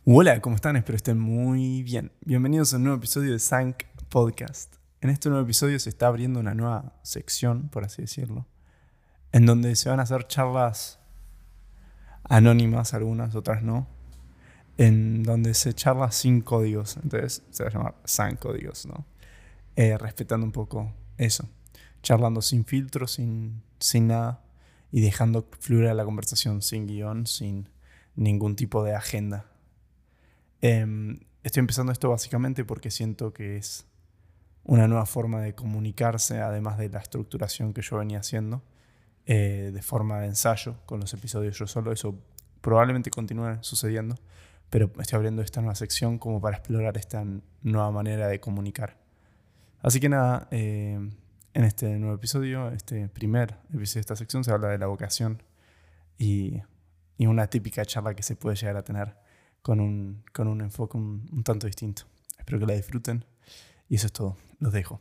Hola, ¿cómo están? Espero estén muy bien. Bienvenidos a un nuevo episodio de Sank Podcast. En este nuevo episodio se está abriendo una nueva sección, por así decirlo, en donde se van a hacer charlas anónimas, algunas, otras no, en donde se charla sin códigos. Entonces se va a llamar Sank Códigos, ¿no? Respetando un poco eso. Charlando sin filtro, sin nada, y dejando fluir la conversación sin guión, sin ningún tipo de agenda. Estoy empezando esto básicamente porque siento que es una nueva forma de comunicarse, además de la estructuración que yo venía haciendo, de forma de ensayo con los episodios yo solo. Eso probablemente continúe sucediendo, pero estoy abriendo esta nueva sección como para explorar esta nueva manera de comunicar. Así que nada, en este nuevo episodio, este primer episodio de esta sección, se habla de la vocación y una típica charla que se puede llegar a tener con un enfoque un tanto distinto. Espero que la disfruten y eso es todo. Los dejo.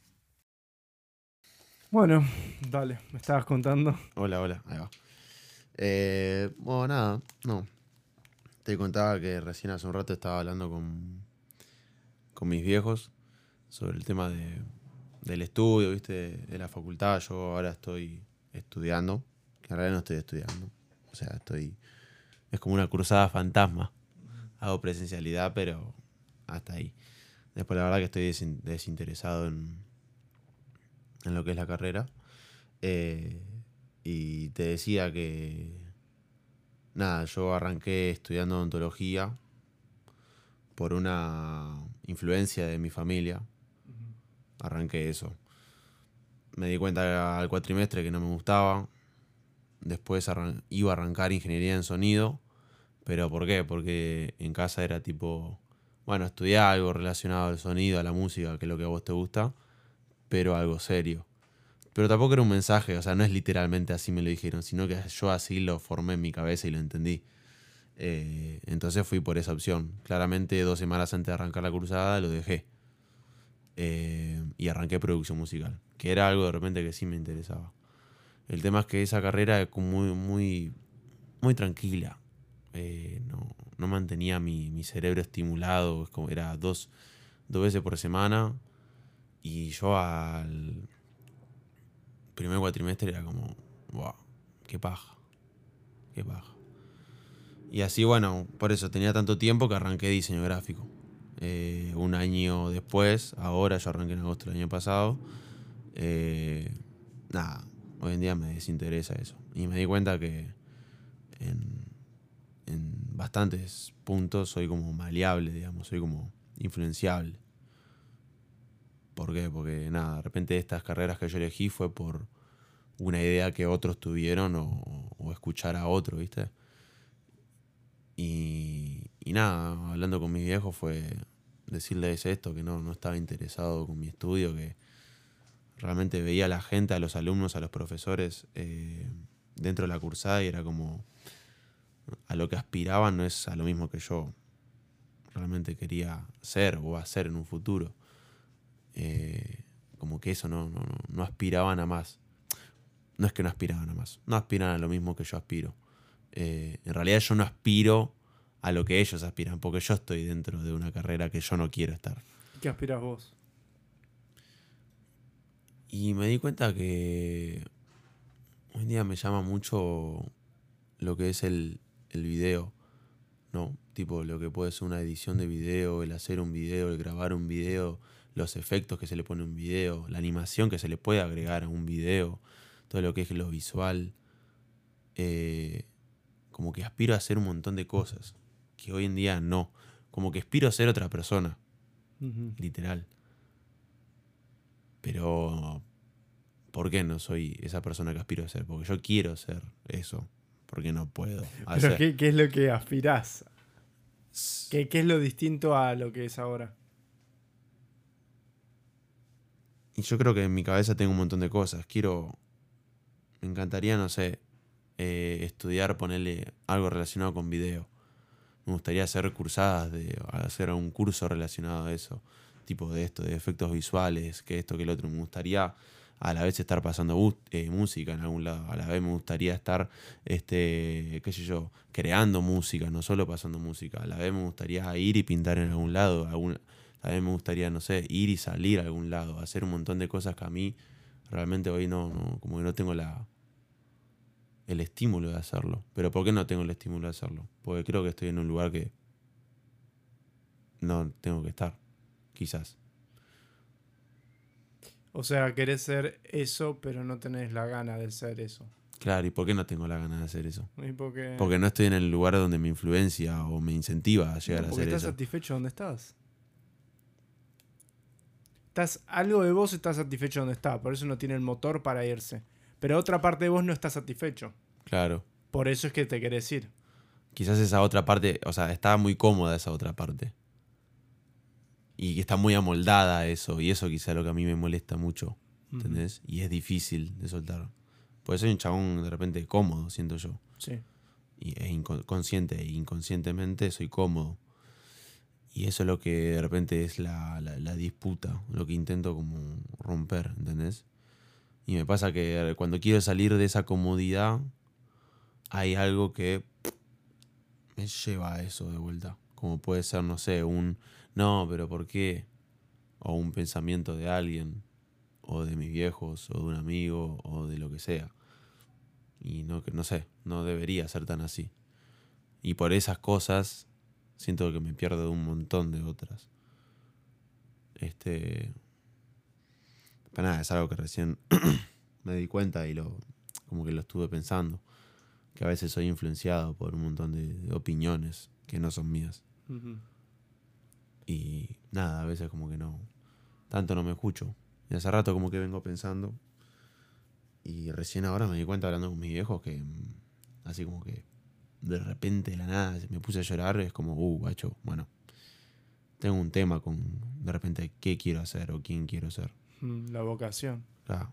Bueno, dale, me estabas contando. Hola, ahí va. Bueno, nada, no. Te contaba que recién hace un rato estaba hablando con mis viejos sobre el tema del estudio, ¿viste? De la facultad. Yo ahora estoy estudiando, que en realidad no estoy estudiando. O sea, es como una cursada fantasma. Hago presencialidad, pero hasta ahí. Después la verdad que estoy desinteresado en lo que es la carrera. Y te decía que nada, yo arranqué estudiando odontología por una influencia de mi familia. Arranqué eso. Me di cuenta al cuatrimestre que no me gustaba. Después iba a arrancar ingeniería en sonido. ¿Pero por qué? Porque en casa era tipo, bueno, estudiar algo relacionado al sonido, a la música, que es lo que a vos te gusta, pero algo serio. Pero tampoco era un mensaje, o sea, no es literalmente así me lo dijeron, sino que yo así lo formé en mi cabeza y lo entendí. Entonces fui por esa opción. Claramente 2 semanas antes de arrancar la cursada lo dejé. Y arranqué producción musical, que era algo de repente que sí me interesaba. El tema es que esa carrera es como muy tranquila. No mantenía mi cerebro estimulado. Es como era dos veces por semana. Y yo al primer cuatrimestre era como, wow, qué paja, qué paja. Y así, bueno, por eso tenía tanto tiempo que arranqué diseño gráfico. Un año después, ahora yo arranqué en agosto del año pasado. Nada, hoy en día me desinteresa eso. Y me di cuenta que en bastantes puntos soy como maleable, digamos, soy como influenciable. ¿Por qué? Porque nada, de repente estas carreras que yo elegí fue por una idea que otros tuvieron o escuchar a otro, ¿viste? Y nada, hablando con mis viejos fue decirles esto, que no estaba interesado con mi estudio, que realmente veía a la gente, a los alumnos, a los profesores dentro de la cursada y era como a lo que aspiraban no es a lo mismo que yo realmente quería ser o hacer en un futuro. Como que eso no aspiraban a más. No es que no aspiraban a más, no aspiran a lo mismo que yo aspiro. En realidad yo no aspiro a lo que ellos aspiran, porque yo estoy dentro de una carrera que yo no quiero estar. ¿Qué aspiras vos? Y me di cuenta que hoy en día me llama mucho lo que es el video, ¿no? Tipo lo que puede ser una edición de video, el hacer un video, el grabar un video, los efectos que se le pone a un video, la animación que se le puede agregar a un video, todo lo que es lo visual. Como que aspiro a hacer un montón de cosas que hoy en día no. Como que aspiro a ser otra persona, literal. Pero ¿por qué no soy esa persona que aspiro a ser? Porque yo quiero ser eso. Porque no puedo Pero hacer. ¿qué es lo que aspirás? ¿Qué es lo distinto a lo que es ahora? Y yo creo que en mi cabeza tengo un montón de cosas. Me encantaría, no sé, estudiar, ponerle algo relacionado con video. Me gustaría hacer cursadas, hacer un curso relacionado a eso. Tipo de esto, de efectos visuales, que esto, que el otro. Me gustaría a la vez estar pasando música en algún lado. A la vez me gustaría estar, qué sé yo, creando música, no solo pasando música. A la vez me gustaría ir y pintar en algún lado. A la vez me gustaría, no sé, ir y salir a algún lado. Hacer un montón de cosas que a mí realmente hoy como que no tengo el estímulo de hacerlo. ¿Pero por qué no tengo el estímulo de hacerlo? Porque creo que estoy en un lugar que no tengo que estar, quizás. O sea, querés ser eso, pero no tenés la gana de ser eso. Claro, ¿y por qué no tengo la ganas de hacer eso? ¿Y porque Porque no estoy en el lugar donde me influencia o me incentiva a llegar a porque hacer estás eso. satisfecho donde estás. Algo de vos está satisfecho donde está, por eso no tiene el motor para irse. Pero otra parte de vos no está satisfecho. Claro. Por eso es que te querés ir. Quizás esa otra parte, o sea, está muy cómoda esa otra parte. Y que está muy amoldada a eso. Y eso quizás es lo que a mí me molesta mucho. ¿Entendés? Y es difícil de soltar. Porque soy un chabón de repente cómodo, siento yo. Sí. Y es consciente e inconscientemente soy cómodo. Y eso es lo que de repente es la disputa, lo que intento como romper, ¿entendés? Y me pasa que cuando quiero salir de esa comodidad, hay algo que me lleva a eso de vuelta. Como puede ser, no sé, no, pero ¿por qué? O un pensamiento de alguien, o de mis viejos, o de un amigo, o de lo que sea. Y no sé, no debería ser tan así. Y por esas cosas siento que me pierdo de un montón de otras. Pero nada, es algo que recién me di cuenta y como que lo estuve pensando. Que a veces soy influenciado por un montón de opiniones que no son mías. Uh-huh. Y nada, a veces como que tanto no me escucho. Y hace rato como que vengo pensando. Y recién ahora me di cuenta hablando con mis viejos que así como que de repente de la nada me puse a llorar. Es como, guacho, bueno, tengo un tema con de repente qué quiero hacer o quién quiero ser. La vocación. Claro.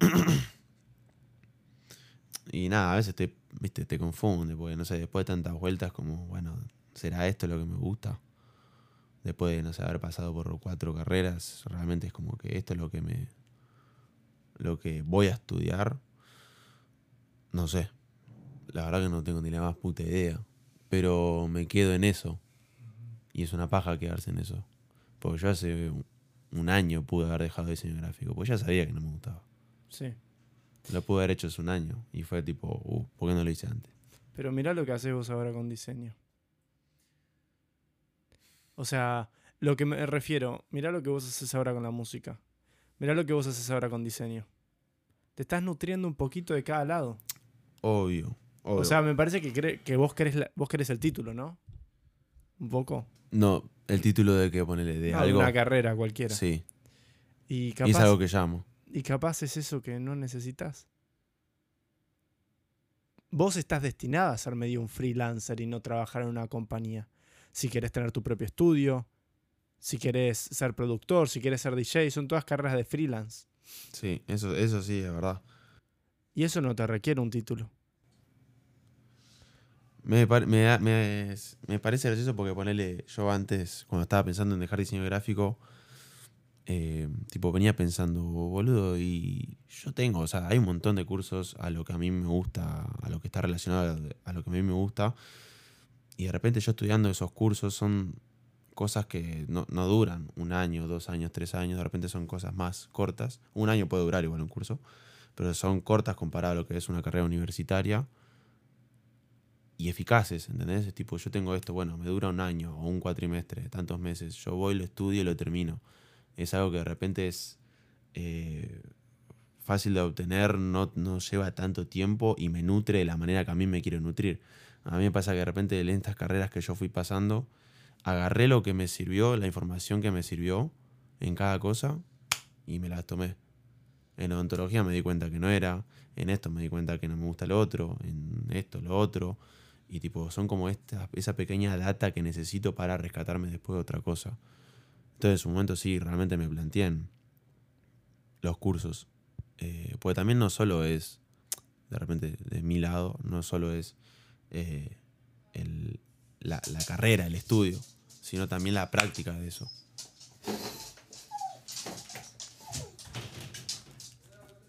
Y nada, a veces te confunde, porque no sé, después de tantas vueltas como, bueno, ¿será esto lo que me gusta? Después de, no sé, haber pasado por 4 carreras, realmente es como que esto es lo que voy a estudiar. No sé, la verdad que no tengo ni la más puta idea, pero me quedo en eso. Y es una paja quedarse en eso. Porque yo hace un año pude haber dejado diseño gráfico, porque ya sabía que no me gustaba. Sí. Lo pude haber hecho hace un año y fue tipo, ¿por qué no lo hice antes? Pero mirá lo que haces vos ahora con diseño. O sea, lo que me refiero, mirá lo que vos haces ahora con la música. Mirá lo que vos haces ahora con diseño. Te estás nutriendo un poquito de cada lado. Obvio. O sea, me parece que vos querés el título, ¿no? Un poco. No, el título de que ponerle de No, algo. una carrera cualquiera. Sí. Y Y es algo que llamo. Y capaz es eso que no necesitas. Vos estás destinada a ser medio un freelancer y no trabajar en una compañía. Si querés tener tu propio estudio, si querés ser productor, si querés ser DJ, son todas carreras de freelance. Sí, eso sí, es verdad. Y eso no te requiere un título. Me parece gracioso porque ponerle, yo antes, cuando estaba pensando en dejar diseño gráfico, tipo venía pensando, boludo, y yo tengo, o sea, hay un montón de cursos a lo que a mí me gusta, a lo que está relacionado a lo que a mí me gusta, y de repente yo estudiando esos cursos son cosas que no duran 1 año, 2 años, 3 años, de repente son cosas más cortas. 1 año puede durar igual un curso, pero son cortas comparado a lo que es una carrera universitaria y eficaces, ¿entendés? Es tipo, yo tengo esto, bueno, me dura 1 año o un cuatrimestre, tantos meses, yo voy, lo estudio y lo termino. Es algo que de repente es fácil de obtener, no lleva tanto tiempo y me nutre de la manera que a mí me quiero nutrir. A mí me pasa que de repente en estas carreras que yo fui pasando, agarré lo que me sirvió, la información que me sirvió en cada cosa y me las tomé. En odontología me di cuenta que no era, en esto me di cuenta que no me gusta lo otro, en esto, lo otro. Y tipo, son como esa pequeña data que necesito para rescatarme después de otra cosa. Entonces en su momento sí, realmente me planteé en los cursos. Porque también no solo es, de repente de mi lado, no solo es la carrera, el estudio, sino también la práctica de eso.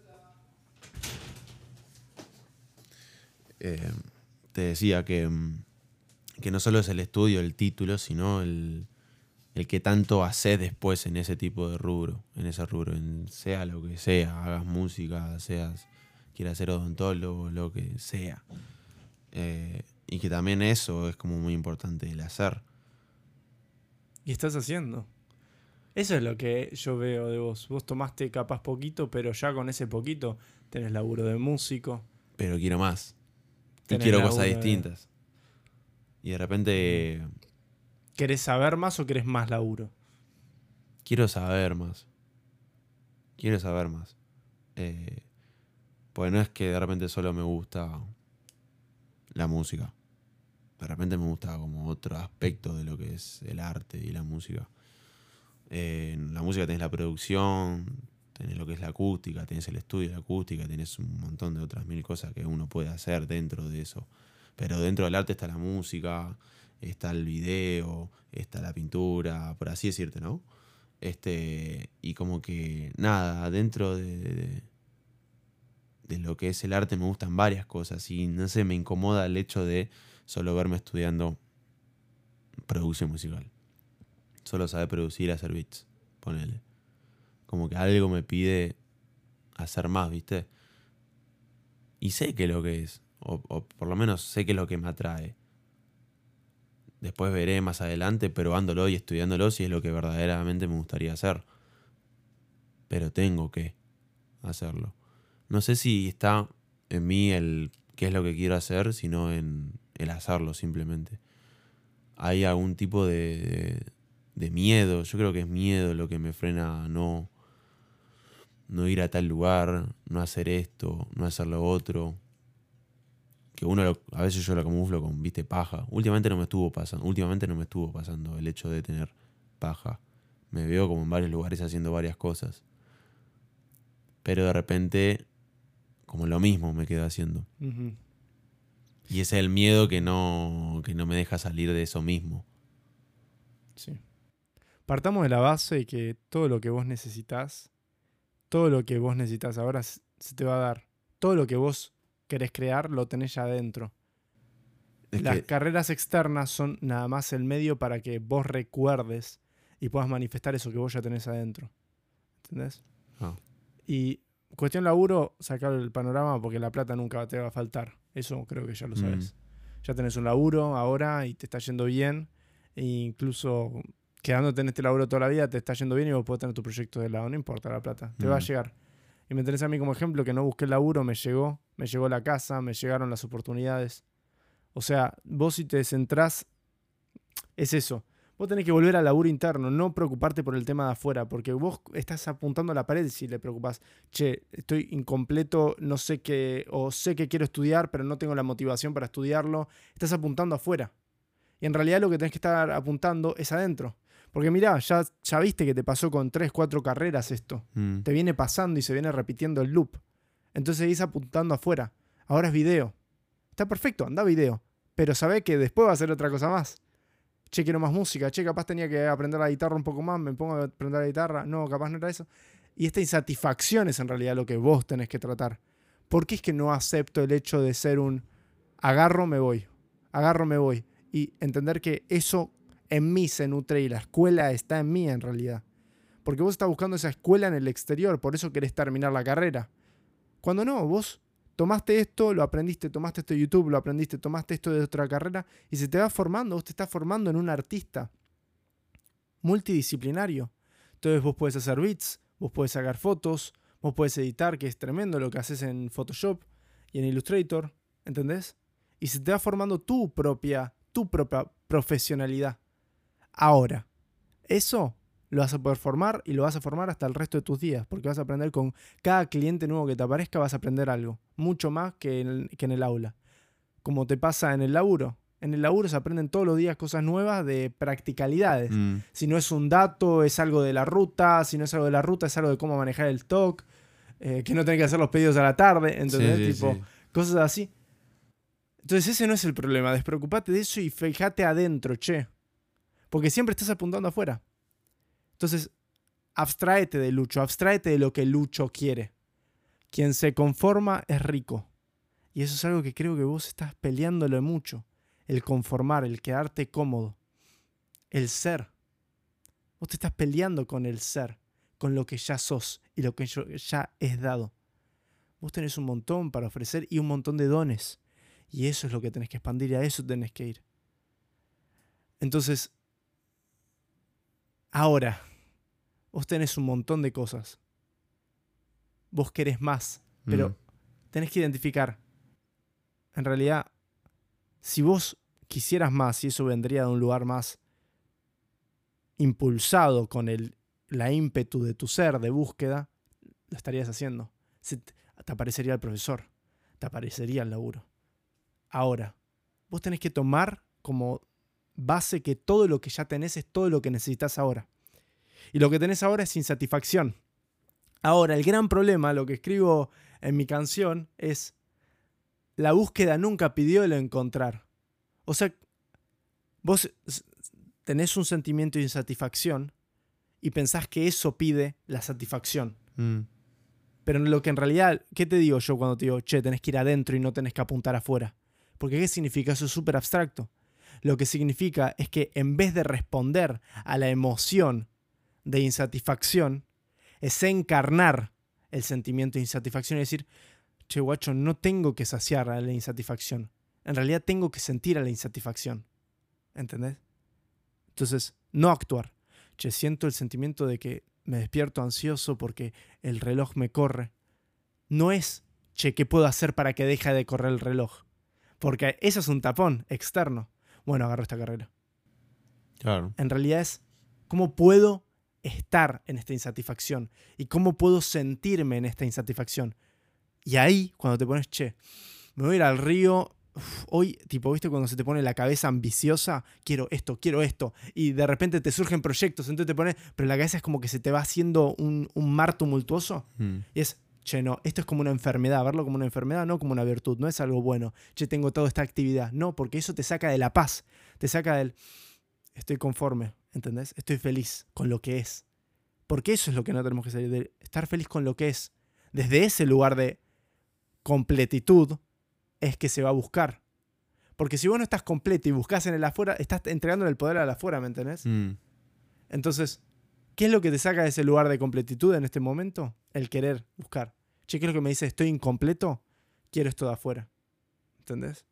te decía que no solo es el estudio, el título, sino el que tanto haces después en ese tipo de rubro, sea lo que sea, hagas música, quieras ser odontólogo, lo que sea. Y que también eso es como muy importante, el hacer. Y estás haciendo. Eso es lo que yo veo de vos. Vos tomaste capaz poquito, pero ya con ese poquito tenés laburo de músico. Pero quiero más. Y Tenés quiero laburo cosas distintas. Y de repente ¿Querés saber más o querés más laburo? quiero saber más. Porque no es que de repente solo me gusta la música. De repente me gusta como otro aspecto de lo que es el arte y la música. En la música tenés la producción, tenés lo que es la acústica, tenés el estudio de la acústica, tenés un montón de otras mil cosas que uno puede hacer dentro de eso. Pero dentro del arte está la música, está el video, está la pintura, por así decirte, ¿no? Y como que nada, dentro de lo que es el arte me gustan varias cosas y no sé, me incomoda el hecho de solo verme estudiando producción musical. Solo saber producir, hacer beats, ponele. Como que algo me pide hacer más, ¿viste? Y sé que es lo que es, o por lo menos sé que es lo que me atrae. Después veré más adelante probándolo y estudiándolo si es lo que verdaderamente me gustaría hacer. Pero tengo que hacerlo. No sé si está en mí el qué es lo que quiero hacer, sino en el hacerlo simplemente. Hay algún tipo de miedo, yo creo que es miedo lo que me frena a no ir a tal lugar, no hacer esto, no hacer lo otro. Que a veces yo lo camuflo con, viste, paja. Últimamente no me estuvo pasando el hecho de tener paja. Me veo como en varios lugares haciendo varias cosas. Pero de repente, como lo mismo me quedo haciendo. Uh-huh. Y ese es el miedo que no me deja salir de eso mismo. Sí. Partamos de la base de que todo lo que vos necesitas ahora se te va a dar. Todo lo que vos querés crear lo tenés ya adentro. Las carreras externas son nada más el medio para que vos recuerdes y puedas manifestar eso que vos ya tenés adentro. ¿Entendés? Y cuestión laburo, sacar el panorama porque la plata nunca te va a faltar. Eso creo que ya lo sabes. Ya tenés un laburo ahora y te está yendo bien. E incluso quedándote en este laburo toda la vida te está yendo bien y vos podés tener tu proyecto de lado. No importa la plata, te va a llegar. Y me tenés a mí como ejemplo que no busqué el laburo, me llegó la casa, me llegaron las oportunidades. O sea, vos si te centrás, es eso. Vos tenés que volver al laburo interno, no preocuparte por el tema de afuera, porque vos estás apuntando a la pared si le preocupás. Che, estoy incompleto, no sé qué, o sé que quiero estudiar, pero no tengo la motivación para estudiarlo. Estás apuntando afuera. Y en realidad lo que tenés que estar apuntando es adentro. Porque mirá, ya viste que te pasó con 3, 4 carreras esto. Te viene pasando y se viene repitiendo el loop. Entonces seguís apuntando afuera. Ahora es video. Está perfecto, anda video. Pero sabés que después va a ser otra cosa más. Che, quiero más música. Che, capaz tenía que aprender la guitarra un poco más. Me pongo a aprender la guitarra. No, capaz no era eso. Y esta insatisfacción es en realidad lo que vos tenés que tratar. ¿Por qué es que no acepto el hecho de ser un agarro, me voy? Y entender que eso en mí se nutre y la escuela está en mí en realidad. Porque vos estás buscando esa escuela en el exterior, por eso querés terminar la carrera. Cuando no, vos tomaste esto, lo aprendiste, tomaste esto de YouTube, lo aprendiste, tomaste esto de otra carrera y se te va formando, vos te estás formando en un artista multidisciplinario. Entonces vos podés hacer beats, vos podés sacar fotos, vos podés editar, que es tremendo lo que haces en Photoshop y en Illustrator, ¿entendés? Y se te va formando tu propia profesionalidad. Ahora, eso lo vas a poder formar y lo vas a formar hasta el resto de tus días, porque vas a aprender con cada cliente nuevo que te aparezca, vas a aprender algo, mucho más que en el aula. Como te pasa en el laburo. En el laburo se aprenden todos los días cosas nuevas de practicalidades. Si no es un dato, es algo de la ruta. Si no es algo de la ruta, es algo de cómo manejar el TOC. Que no tenés que hacer los pedidos a la tarde. ¿Entendés? Sí. Cosas así. Entonces ese no es el problema. Despreocupate de eso y fíjate adentro, che. Porque siempre estás apuntando afuera. Entonces, abstráete de Lucho. Abstráete de lo que Lucho quiere. Quien se conforma es rico. Y eso es algo que creo que vos estás peleándolo mucho. El conformar, el quedarte cómodo. El ser. Vos te estás peleando con el ser, con lo que ya sos y lo que ya es dado. Vos tenés un montón para ofrecer y un montón de dones. Y eso es lo que tenés que expandir y a eso tenés que ir. Entonces, ahora, vos tenés un montón de cosas. Vos querés más, pero tenés que identificar. En realidad, si vos quisieras más y eso vendría de un lugar más impulsado con la ímpetu de tu ser, de búsqueda, lo estarías haciendo. Te aparecería el profesor, te aparecería el laburo. Ahora, vos tenés que tomar como base que todo lo que ya tenés es todo lo que necesitas ahora. Y lo que tenés ahora es insatisfacción. Ahora, el gran problema, lo que escribo en mi canción, es la búsqueda nunca pidió el encontrar. O sea, vos tenés un sentimiento de insatisfacción y pensás que eso pide la satisfacción. Pero lo que en realidad, ¿qué te digo yo cuando te digo, che, tenés que ir adentro y no tenés que apuntar afuera? Porque ¿qué significa? Eso es súper abstracto. Lo que significa es que en vez de responder a la emoción de insatisfacción, es encarnar el sentimiento de insatisfacción y decir, che, guacho, no tengo que saciar a la insatisfacción. En realidad tengo que sentir a la insatisfacción. ¿Entendés? Entonces, no actuar. Che, siento el sentimiento de que me despierto ansioso porque el reloj me corre. No es, che, ¿qué puedo hacer para que deje de correr el reloj? Porque eso es un tapón externo. Bueno, agarro esta carrera. Claro. En realidad es, ¿cómo puedo estar en esta insatisfacción? ¿Y cómo puedo sentirme en esta insatisfacción? Y ahí, cuando te pones, che, me voy a ir al río. Hoy, tipo, ¿viste cuando se te pone la cabeza ambiciosa? Quiero esto, y de repente te surgen proyectos, entonces te pones, pero la cabeza es como que se te va haciendo un mar tumultuoso. Y es, che, no, esto es como una enfermedad, verlo como una enfermedad, no como una virtud, no es algo bueno. Che, tengo toda esta actividad. No, porque eso te saca de la paz, te saca del, estoy conforme, ¿entendés? Estoy feliz con lo que es. Porque eso es lo que no tenemos que salir, de estar feliz con lo que es. Desde ese lugar de completitud, es que se va a buscar. Porque si vos no estás completo y buscas en el afuera, estás entregándole el poder al afuera, ¿me entendés? Entonces, ¿qué es lo que te saca de ese lugar de completitud en este momento? El querer buscar. Che, ¿qué es lo que me dice? Estoy incompleto, quiero esto de afuera. ¿Entendés?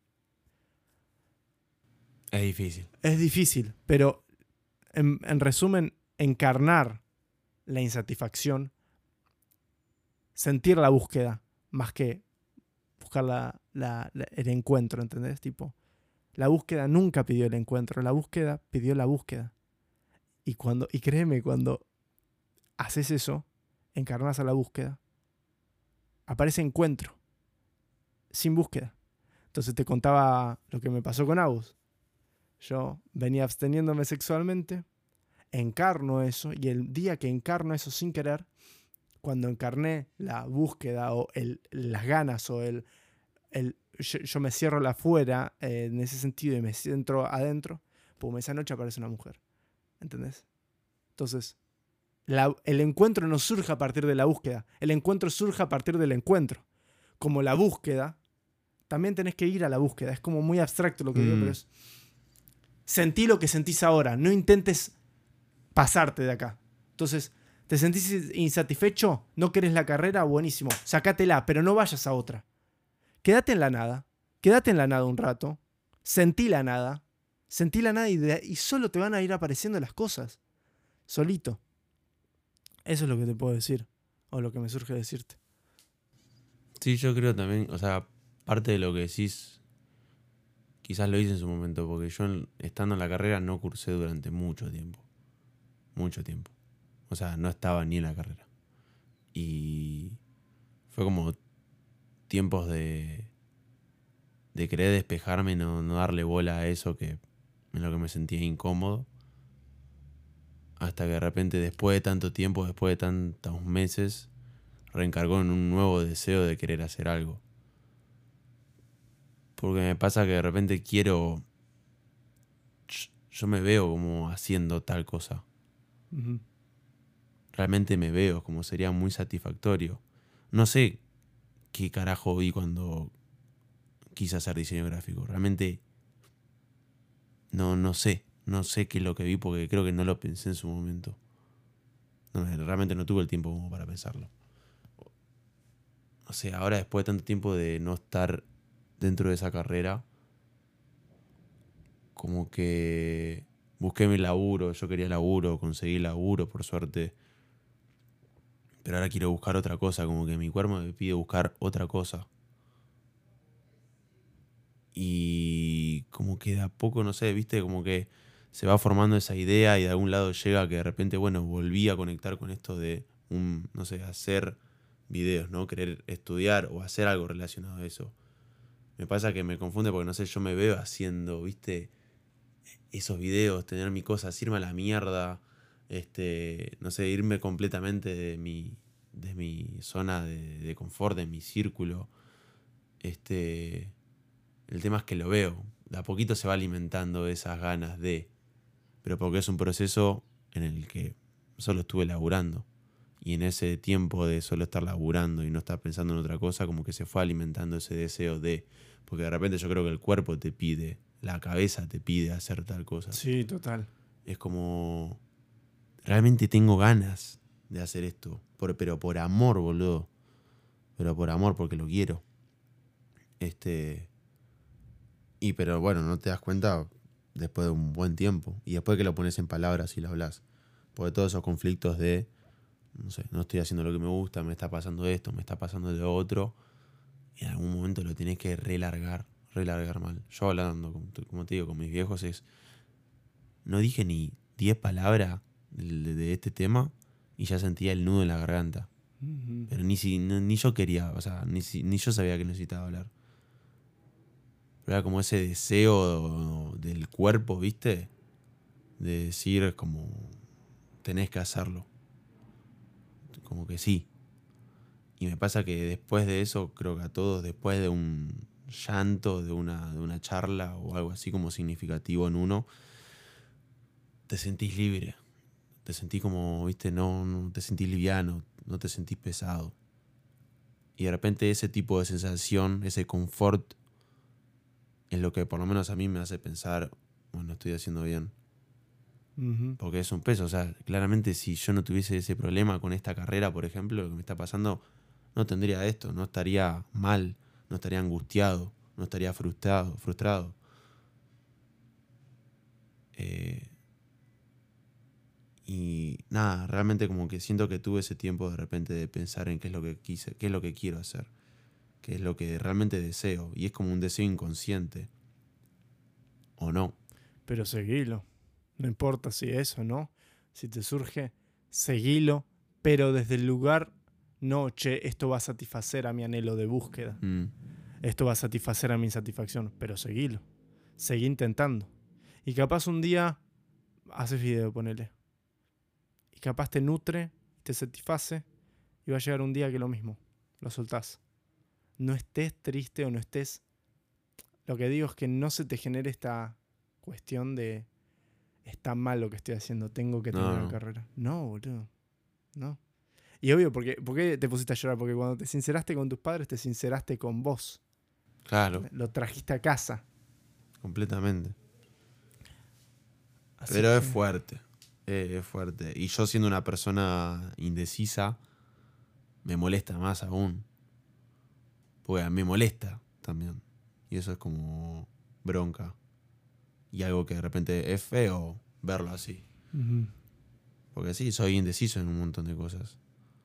Es difícil. Es difícil, pero en resumen, encarnar la insatisfacción, sentir la búsqueda, más que buscar el encuentro, ¿entendés? Tipo, la búsqueda nunca pidió el encuentro, la búsqueda pidió la búsqueda. Y créeme, cuando haces eso, encarnas a la búsqueda, aparece encuentro, sin búsqueda. Entonces te contaba lo que me pasó con Agus. Yo venía absteniéndome sexualmente, encarno eso, y el día que encarno eso sin querer, cuando encarné la búsqueda o las ganas o yo me cierro la afuera en ese sentido y me centro adentro, pum, esa noche aparece una mujer. ¿Entendés? Entonces, el encuentro no surge a partir de la búsqueda, el encuentro surge a partir del encuentro. Como la búsqueda, también tenés que ir a la búsqueda. Es como muy abstracto lo que digo, pero es, sentí lo que sentís ahora, no intentes pasarte de acá. Entonces, ¿te sentís insatisfecho? ¿No querés la carrera? Buenísimo, sacátela, pero no vayas a otra. Quédate en la nada un rato, sentí la nada y solo te van a ir apareciendo las cosas, solito. Eso es lo que te puedo decir, o lo que me surge decirte. Sí, yo creo también, o sea, parte de lo que decís, quizás lo hice en su momento, porque yo estando en la carrera no cursé durante mucho tiempo. Mucho tiempo. O sea, no estaba ni en la carrera. Y fue como tiempos de querer despejarme y no darle bola a eso que en lo que me sentía incómodo. Hasta que de repente, después de tanto tiempo, después de tantos meses, reencargó en un nuevo deseo de querer hacer algo. Porque me pasa que de repente quiero... Yo me veo como haciendo tal cosa. Uh-huh. Realmente me veo, como sería muy satisfactorio. No sé qué carajo vi cuando quise hacer diseño gráfico. Realmente no sé qué es lo que vi porque creo que no lo pensé en su momento. Realmente no tuve el tiempo como para pensarlo. O sea, ahora después de tanto tiempo de no estar dentro de esa carrera, como que busqué mi laburo, yo quería laburo, conseguí laburo, por suerte. Pero ahora quiero buscar otra cosa, como que mi cuerpo me pide buscar otra cosa. Y como que de a poco, no sé, viste, como que se va formando esa idea y de algún lado llega que de repente, bueno, volví a conectar con esto de, no sé, hacer videos, ¿no? Querer estudiar o hacer algo relacionado a eso. Me pasa que me confunde porque, no sé, yo me veo haciendo, viste, esos videos, tener mi cosa, irme a la mierda, no sé, irme completamente de mi zona de confort, de mi círculo. El tema es que lo veo. De a poquito se va alimentando esas ganas de. Pero porque es un proceso en el que solo estuve laburando. Y en ese tiempo de solo estar laburando y no estar pensando en otra cosa, como que se fue alimentando ese deseo de. Porque de repente yo creo que el cuerpo te pide, la cabeza te pide hacer tal cosa. Sí, total. Es como. Realmente tengo ganas de hacer esto. Pero por amor, boludo. Pero por amor, porque lo quiero. Pero bueno, no te das cuenta después de un buen tiempo. Y después que lo pones en palabras y lo hablas. Porque todos esos conflictos de, no sé, no estoy haciendo lo que me gusta, me está pasando esto, me está pasando lo otro. En algún momento lo tienes que relargar mal. Yo hablando, como te digo, con mis viejos no dije ni 10 palabras de este tema y ya sentía el nudo en la garganta. Uh-huh. Pero ni yo quería, o sea, ni yo sabía que necesitaba hablar. Pero era como ese deseo del cuerpo, ¿viste? De decir como tenés que hacerlo. Como que sí. Y me pasa que después de eso, creo que a todos, después de un llanto, de una charla o algo así como significativo en uno, te sentís libre. Te sentís como, ¿viste? No te sentís liviano, no te sentís pesado. Y de repente ese tipo de sensación, ese confort, es lo que por lo menos a mí me hace pensar, bueno, estoy haciendo bien. Uh-huh. Porque es un peso, o sea, claramente si yo no tuviese ese problema con esta carrera, por ejemplo, lo que me está pasando, no tendría esto, no estaría mal, no estaría angustiado, no estaría frustrado. Y nada, realmente como que siento que tuve ese tiempo de repente de pensar en qué es lo que quise, qué es lo que quiero hacer, qué es lo que realmente deseo. Y es como un deseo inconsciente. ¿O no? Pero seguilo. No importa si es o no. Si te surge, seguilo. Pero desde el lugar, no, che, esto va a satisfacer a mi anhelo de búsqueda. Esto va a satisfacer a mi insatisfacción. Pero seguilo. Seguí intentando. Y capaz un día haces video, ponele. Y capaz te nutre, te satisface. Y va a llegar un día que lo mismo. Lo soltás. No estés triste o no estés... Lo que digo es que no se te genere esta cuestión de está mal lo que estoy haciendo, tengo que terminar la carrera. No, boludo. No. Y obvio, ¿por qué te pusiste a llorar? Porque cuando te sinceraste con tus padres, te sinceraste con vos. Claro. Lo trajiste a casa. Completamente. Así Pero que... es fuerte. Es fuerte. Y yo siendo una persona indecisa, me molesta más aún. Porque me molesta también. Y eso es como bronca. Y algo que de repente es feo verlo así. Uh-huh. Porque sí, soy indeciso en un montón de cosas.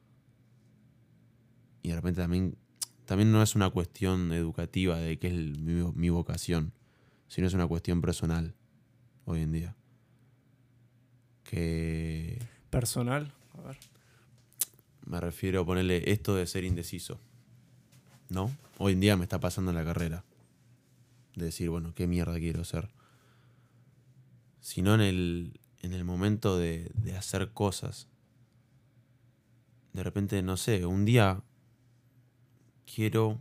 Y de repente también no es una cuestión educativa de qué es mi vocación, sino es una cuestión personal hoy en día. Que... Personal. A ver. Me refiero a ponerle esto de ser indeciso. ¿No? Hoy en día me está pasando en la carrera. De decir, bueno, ¿qué mierda quiero ser? Sino en el momento de hacer cosas. De repente, no sé, un día quiero,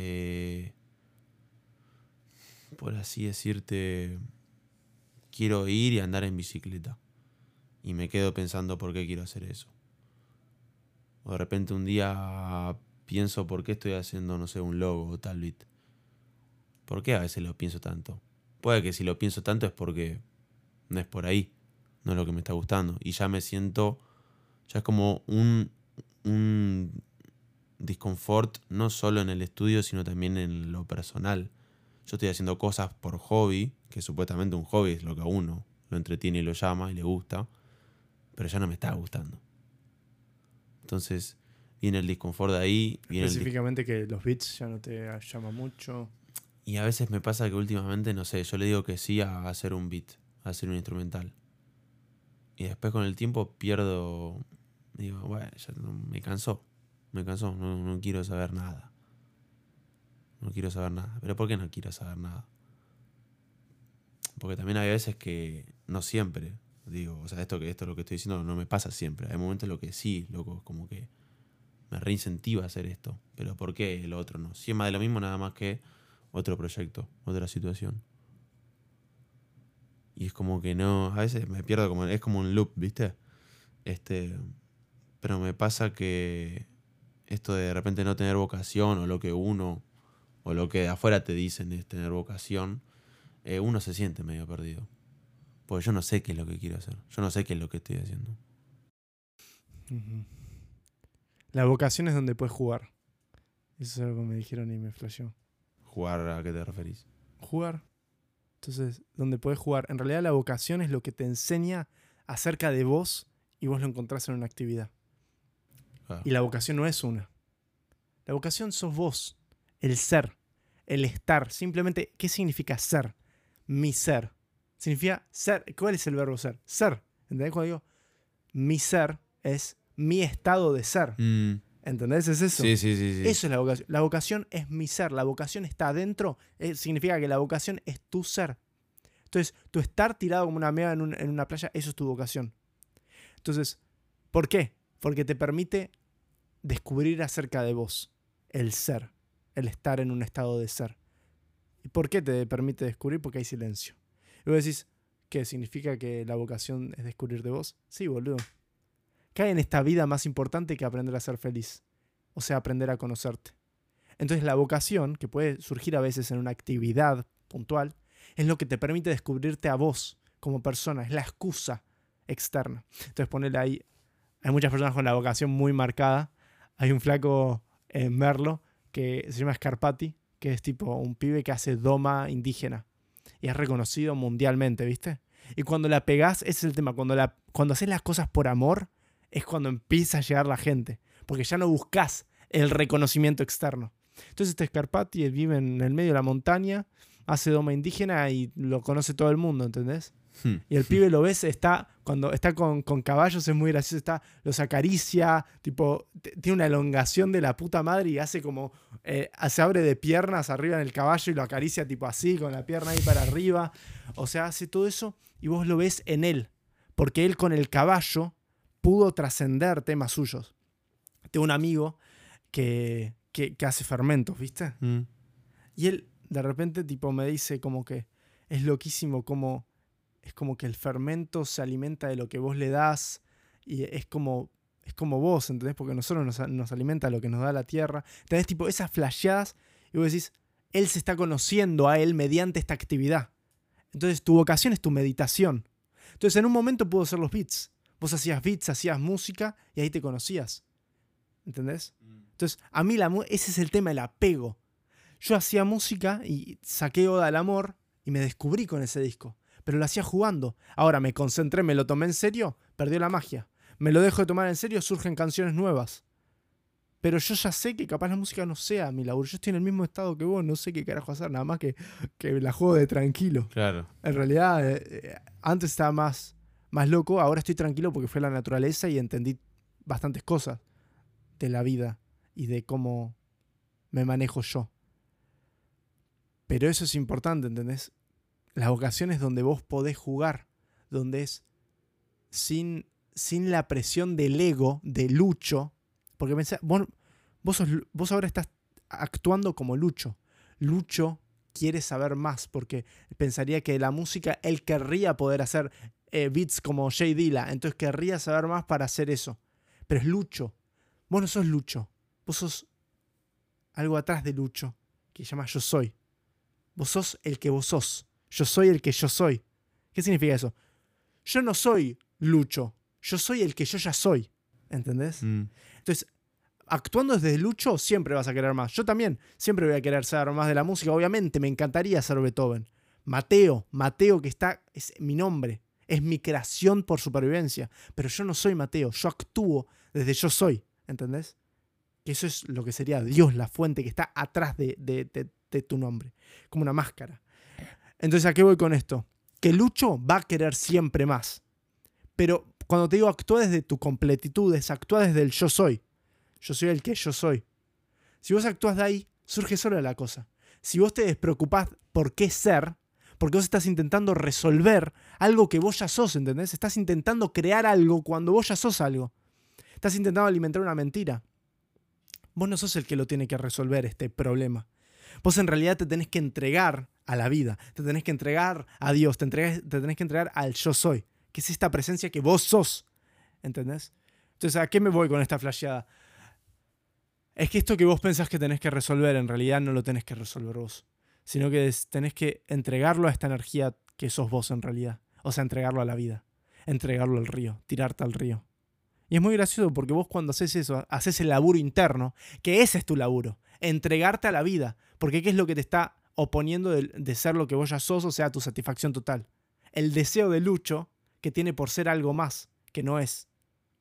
por así decirte, quiero ir y andar en bicicleta. Y me quedo pensando por qué quiero hacer eso. O de repente un día pienso por qué estoy haciendo, no sé, un logo o tal bit. ¿Por qué a veces lo pienso tanto? Puede que si lo pienso tanto es porque no es por ahí, no es lo que me está gustando. Y ya me siento, ya es como un disconfort, no solo en el estudio, sino también en lo personal. Yo estoy haciendo cosas por hobby, que supuestamente un hobby es lo que a uno lo entretiene y lo llama y le gusta, pero ya no me está gustando. Entonces viene el disconfort de ahí. Específicamente que los beats ya no te llaman mucho. Y a veces me pasa que últimamente, no sé, yo le digo que sí a hacer un beat, a hacer un instrumental. Y después con el tiempo pierdo, digo, bueno, ya me cansó, no quiero saber nada. No quiero saber nada. ¿Pero por qué no quiero saber nada? Porque también hay veces que no siempre, digo, o sea, esto lo que estoy diciendo no me pasa siempre. Hay momentos en los que sí, loco, como que me reincentiva a hacer esto. Pero ¿por qué el otro no? Si es más de lo mismo, nada más que otro proyecto, otra situación. Y es como que no, a veces me pierdo, es como un loop, ¿viste? Pero me pasa que esto de repente no tener vocación, o lo que uno, o lo que de afuera te dicen es tener vocación, uno se siente medio perdido. Porque yo no sé qué es lo que quiero hacer. Yo no sé qué es lo que estoy haciendo. Uh-huh. La vocación es donde puedes jugar. Eso es algo que me dijeron y me flasheó. ¿Jugar a qué te referís? Jugar. Entonces, donde puedes jugar. En realidad la vocación es lo que te enseña acerca de vos y vos lo encontrás en una actividad. Claro. Y la vocación no es una. La vocación sos vos. El ser. El estar. Simplemente, ¿qué significa ser? Mi ser. Significa ser. ¿Cuál es el verbo ser? Ser. ¿Entendés? Cuando digo mi ser es mi estado de ser. ¿Entendés? Es eso. Sí. Eso es la vocación. La vocación es mi ser. La vocación está adentro. Significa que la vocación es tu ser. Entonces, tu estar tirado como una mega en una playa, eso es tu vocación. Entonces, ¿por qué? Porque te permite descubrir acerca de vos. El ser. El estar en un estado de ser. ¿Y por qué te permite descubrir? Porque hay silencio. Y vos decís, ¿qué? ¿Significa que la vocación es descubrir de vos? Sí, boludo. ¿Qué hay en esta vida más importante que aprender a ser feliz? O sea, aprender a conocerte. Entonces la vocación, que puede surgir a veces en una actividad puntual, es lo que te permite descubrirte a vos como persona. Es la excusa externa. Entonces ponele ahí, hay muchas personas con la vocación muy marcada. Hay un flaco en Merlo que se llama Scarpati, que es tipo un pibe que hace doma indígena. Y es reconocido mundialmente, ¿viste? Y cuando la pegás, ese es el tema. Cuando haces las cosas por amor, es cuando empieza a llegar la gente. Porque ya no buscas el reconocimiento externo. Entonces este Scarpati, él vive en el medio de la montaña, hace doma indígena y lo conoce todo el mundo, ¿entendés? Y el pibe lo ves, cuando está con caballos es muy gracioso, los acaricia, tipo, tiene una elongación de la puta madre y hace como, se abre de piernas arriba en el caballo y lo acaricia tipo así, con la pierna ahí para arriba. O sea, hace todo eso y vos lo ves en él, porque él con el caballo pudo trascender temas suyos. Tengo un amigo que hace fermentos, ¿viste? Y él de repente tipo me dice como que es loquísimo como es como que el fermento se alimenta de lo que vos le das y es como vos, ¿entendés? Porque nosotros nos alimenta lo que nos da la tierra. Entonces, tipo, esas flasheadas y vos decís, él se está conociendo a él mediante esta actividad. Entonces, tu vocación es tu meditación. Entonces, en un momento pudo ser los beats. Vos hacías beats, hacías música y ahí te conocías. ¿Entendés? Entonces, a mí ese es el tema, el apego. Yo hacía música y saqué Oda al Amor y me descubrí con ese disco. Pero lo hacía jugando. Ahora me concentré, me lo tomé en serio, perdió la magia. Me lo dejo de tomar en serio, surgen canciones nuevas. Pero yo ya sé que capaz la música no sea mi laburo. Yo estoy en el mismo estado que vos, no sé qué carajo hacer, nada más que la juego de tranquilo. Claro. En realidad, antes estaba más loco, ahora estoy tranquilo porque fue la naturaleza y entendí bastantes cosas de la vida y de cómo me manejo yo. Pero eso es importante, ¿entendés? La vocación es donde vos podés jugar, donde es sin la presión del ego, de Lucho, porque pensá, vos ahora estás actuando como Lucho. Lucho quiere saber más, porque pensaría que la música, él querría poder hacer beats como Jay Dilla, entonces querría saber más para hacer eso. Pero es Lucho. Vos no sos Lucho, vos sos algo atrás de Lucho, que se llama Yo Soy. Vos sos el que vos sos. Yo soy el que yo soy. ¿Qué significa eso? Yo no soy Lucho. Yo soy el que yo ya soy. ¿Entendés? Entonces, actuando desde Lucho siempre vas a querer más. Yo también siempre voy a querer ser más de la música. Obviamente me encantaría ser Beethoven. Mateo que es mi nombre. Es mi creación por supervivencia. Pero yo no soy Mateo. Yo actúo desde yo soy. ¿Entendés? Que eso es lo que sería Dios, la fuente que está atrás de tu nombre. Como una máscara. Entonces, ¿a qué voy con esto? Que Lucho va a querer siempre más. Pero cuando te digo actúa desde tu completitud, es actúa desde el yo soy. Yo soy el que yo soy. Si vos actúas de ahí, surge sola la cosa. Si vos te despreocupás por qué ser, porque vos estás intentando resolver algo que vos ya sos, ¿entendés? Estás intentando crear algo cuando vos ya sos algo. Estás intentando alimentar una mentira. Vos no sos el que lo tiene que resolver este problema. Vos en realidad te tenés que entregar a la vida, te tenés que entregar a Dios, te tenés que entregar al yo soy, que es esta presencia que vos sos. ¿Entendés? Entonces, ¿a qué me voy con esta flasheada? Es que esto que vos pensás que tenés que resolver, en realidad no lo tenés que resolver vos, sino que tenés que entregarlo a esta energía que sos vos en realidad. O sea, entregarlo a la vida, entregarlo al río, tirarte al río. Y es muy gracioso porque vos cuando haces eso, haces el laburo interno, que ese es tu laburo, entregarte a la vida. Porque ¿qué es lo que te está oponiendo de ser lo que vos ya sos, o sea, tu satisfacción total? El deseo de Lucho que tiene por ser algo más, que no es.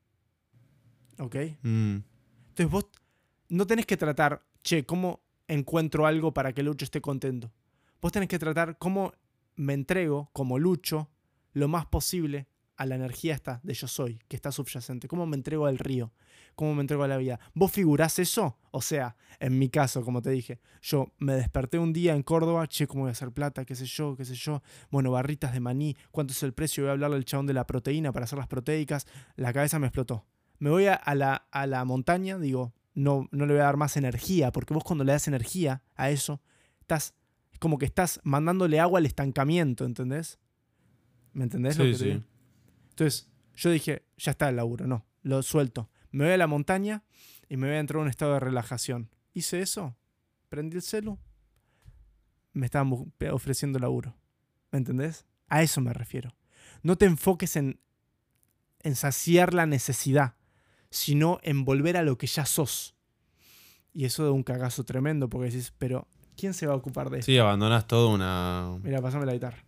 ¿Ok? Entonces vos no tenés que tratar, ¿cómo encuentro algo para que Lucho esté contento? Vos tenés que tratar cómo me entrego, como Lucho, lo más posible a la energía esta de yo soy, que está subyacente. ¿Cómo me entrego al río? ¿Cómo me entrego a la vida? ¿Vos figurás eso? O sea, en mi caso, como te dije, yo me desperté un día en Córdoba, ¿cómo voy a hacer plata? ¿Qué sé yo? ¿Qué sé yo? Bueno, barritas de maní, ¿cuánto es el precio? Voy a hablarle al chabón de la proteína para hacer las proteicas. La cabeza me explotó. Me voy a la montaña, digo, no le voy a dar más energía, porque vos cuando le das energía a eso, es como que estás mandándole agua al estancamiento, ¿entendés? ¿Me entendés lo que te digo? Entonces, yo dije, ya está el laburo, no, lo suelto. Me voy a la montaña y me voy a entrar en un estado de relajación. Hice eso, prendí el celu, me estaban ofreciendo laburo. ¿Me entendés? A eso me refiero. No te enfoques en saciar la necesidad, sino en volver a lo que ya sos. Y eso da un cagazo tremendo, porque decís, pero ¿quién se va a ocupar de esto? Sí, abandonás todo una... Mira, pásame la guitarra.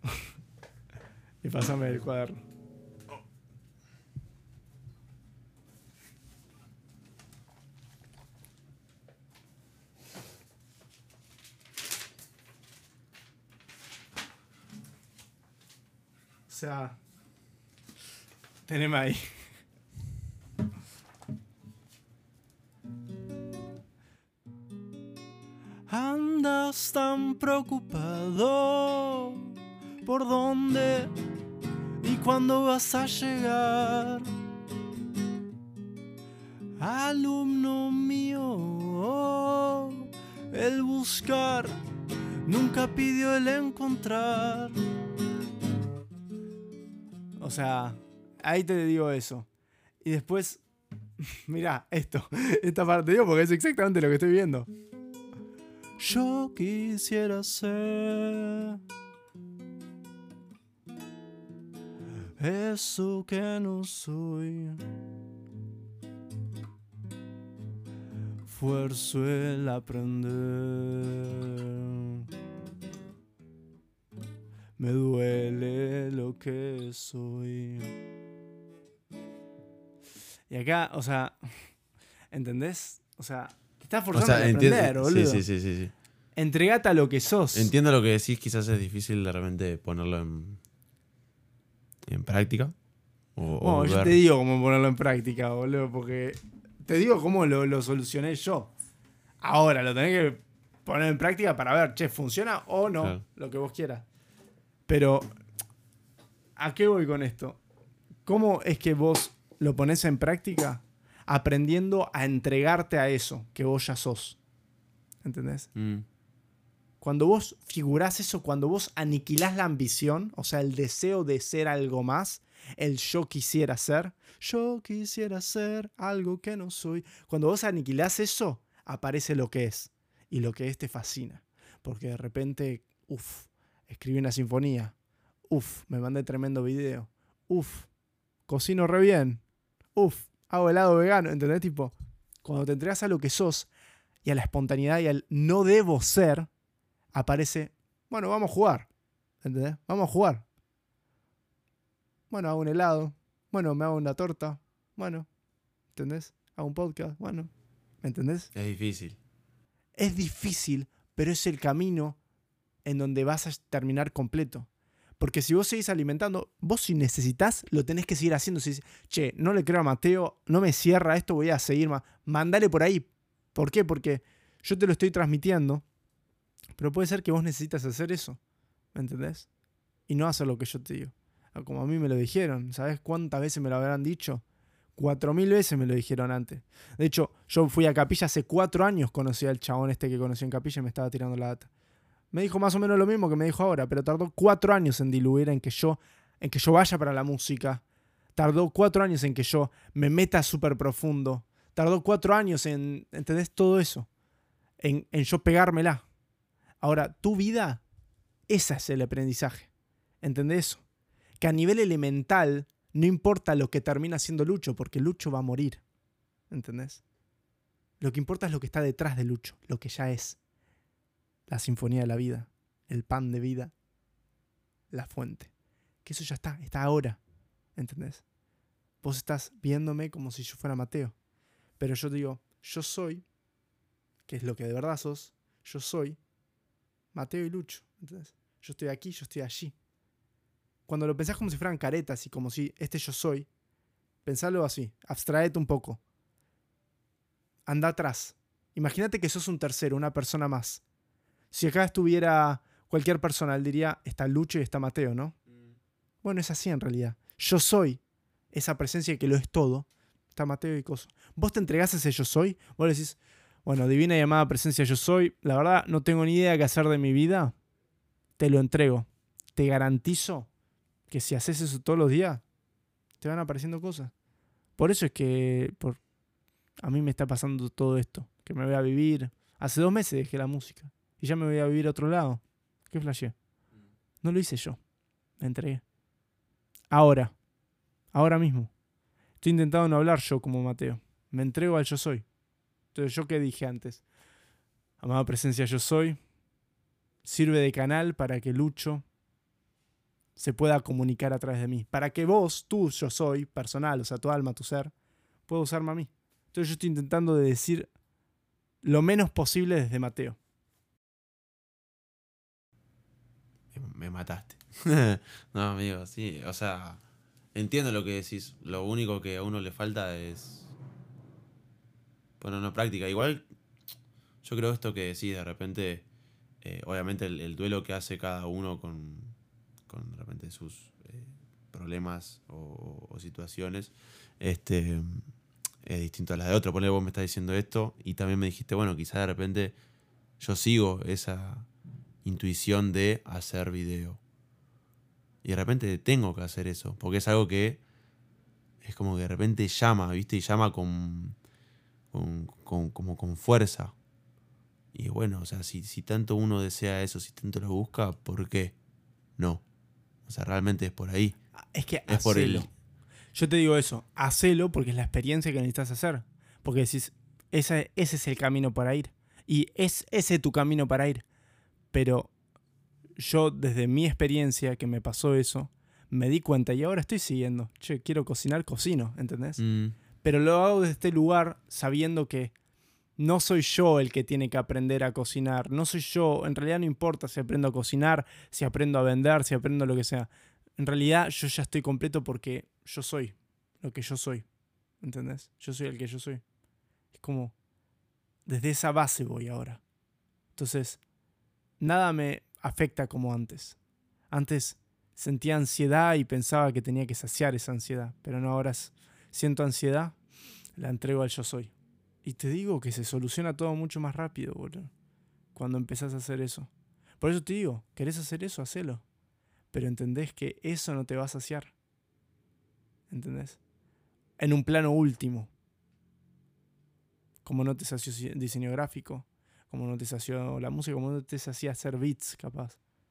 Y pásame el cuaderno. O sea, teneme ahí. Andas tan preocupado por dónde y cuándo vas a llegar. Alumno mío, el buscar nunca pidió el encontrar. O sea, ahí te digo eso. Y después, mirá, esta parte, digo, porque es exactamente lo que estoy viendo. Yo quisiera ser eso que no soy. Fuerzo el aprender. Me duele lo que soy. Y acá, o sea, ¿entendés? O sea, te estás forzando a aprender, boludo. Sí. Entregate a lo que sos. Entiendo lo que decís, quizás es difícil de repente ponerlo en práctica. Bueno, yo te digo cómo ponerlo en práctica, boludo, porque te digo cómo lo solucioné yo. Ahora lo tenés que poner en práctica para ver, funciona o no, claro. Lo que vos quieras. Pero, ¿a qué voy con esto? ¿Cómo es que vos lo pones en práctica? Aprendiendo a entregarte a eso que vos ya sos. ¿Entendés? Cuando vos figurás eso, cuando vos aniquilás la ambición, o sea, el deseo de ser algo más, el yo quisiera ser algo que no soy. Cuando vos aniquilás eso, aparece lo que es. Y lo que es te fascina. Porque de repente Uf, escribí una sinfonía. Uf, me mandé tremendo video. Uf, cocino re bien. Uf, hago helado vegano. ¿Entendés? Tipo, cuando te entregas a lo que sos y a la espontaneidad y al no debo ser, aparece, bueno, vamos a jugar. ¿Entendés? Vamos a jugar. Bueno, hago un helado. Bueno, me hago una torta. Bueno, ¿entendés? Hago un podcast. Bueno, ¿me entendés? Es difícil. Es difícil, pero es el camino en donde vas a terminar completo. Porque si vos seguís alimentando, vos si necesitas, lo tenés que seguir haciendo. Si dices, che, no le creo a Mateo, no me cierra esto, voy a seguir más. Mandale por ahí. ¿Por qué? Porque yo te lo estoy transmitiendo, pero puede ser que vos necesitas hacer eso. ¿Me entendés? Y no hacer lo que yo te digo. Como a mí me lo dijeron. ¿Sabés cuántas veces me lo habrán dicho? 4000 veces me lo dijeron antes. De hecho, yo fui a Capilla hace 4 años, conocí al chabón este que conocí en Capilla y me estaba tirando la data. Me dijo más o menos lo mismo que me dijo ahora, pero tardó 4 años en diluir, en que yo vaya para la música. Tardó 4 años en que yo me meta súper profundo. Tardó 4 años en, ¿entendés? Todo eso. En yo pegármela. Ahora, tu vida, ese es el aprendizaje. ¿Entendés eso? Que a nivel elemental, no importa lo que termina siendo Lucho, porque Lucho va a morir. ¿Entendés? Lo que importa es lo que está detrás de Lucho, lo que ya es. La sinfonía de la vida, el pan de vida, la fuente. Que eso ya está ahora. ¿Entendés? Vos estás viéndome como si yo fuera Mateo. Pero yo digo, yo soy, que es lo que de verdad sos, yo soy Mateo y Lucho. ¿Entendés? Yo estoy aquí, yo estoy allí. Cuando lo pensás como si fueran caretas y como si este yo soy, pensalo así, abstraete un poco. Anda atrás. Imagínate que sos un tercero, una persona más. Si acá estuviera cualquier persona, él diría, está Lucho y está Mateo, ¿no? Bueno, es así en realidad. Yo soy esa presencia que lo es todo. Está Mateo y Coso. Vos te entregás a ese yo soy, vos le decís, bueno, divina y amada presencia yo soy, la verdad no tengo ni idea qué hacer de mi vida, te lo entrego. Te garantizo que si haces eso todos los días, te van apareciendo cosas. Por eso es que a mí me está pasando todo esto. Que me voy a vivir. Hace 2 meses dejé la música. Y ya me voy a vivir a otro lado. ¿Qué flashé? No lo hice yo. Me entregué. Ahora mismo. Estoy intentando no hablar yo como Mateo. Me entrego al yo soy. Entonces, ¿yo qué dije antes? Amada presencia yo soy. Sirve de canal para que Lucho se pueda comunicar a través de mí. Para que vos, tú, yo soy, personal, o sea, tu alma, tu ser, pueda usarme a mí. Entonces yo estoy intentando de decir lo menos posible desde Mateo. Me mataste. No, amigo, sí. O sea, entiendo lo que decís. Lo único que a uno le falta es ponerlo en práctica. Igual, yo creo esto que decís de repente, obviamente el duelo que hace cada uno con de repente sus problemas o situaciones, es distinto a las de otro. Ponle, vos me estás diciendo esto y también me dijiste, bueno, quizá de repente yo sigo esa intuición de hacer video. Y de repente tengo que hacer eso, porque es algo que es como que de repente llama, ¿viste? Y llama como con fuerza. Y bueno, o sea, si tanto uno desea eso, si tanto lo busca, ¿por qué no? O sea, realmente es por ahí. Es que es por hacelo. Yo te digo eso, hacelo porque es la experiencia que necesitas hacer. Porque decís, ese es el camino para ir. Y es ese tu camino para ir. Pero yo, desde mi experiencia, que me pasó eso, me di cuenta y ahora estoy siguiendo. Che, quiero cocinar, cocino, ¿entendés? Pero lo hago desde este lugar sabiendo que no soy yo el que tiene que aprender a cocinar. No soy yo. En realidad no importa si aprendo a cocinar, si aprendo a vender, si aprendo lo que sea. En realidad yo ya estoy completo porque yo soy lo que yo soy. ¿Entendés? Yo soy el que yo soy. Es como, desde esa base voy ahora. Entonces, nada me afecta como antes. Antes sentía ansiedad y pensaba que tenía que saciar esa ansiedad. Pero no, ahora siento ansiedad, la entrego al yo soy. Y te digo que se soluciona todo mucho más rápido, boludo. Cuando empezás a hacer eso. Por eso te digo, ¿querés hacer eso? Hacelo. Pero entendés que eso no te va a saciar. ¿Entendés? En un plano último. Como no te sació diseño gráfico, como no te sació la música, como no te sacía hacer beats, capaz.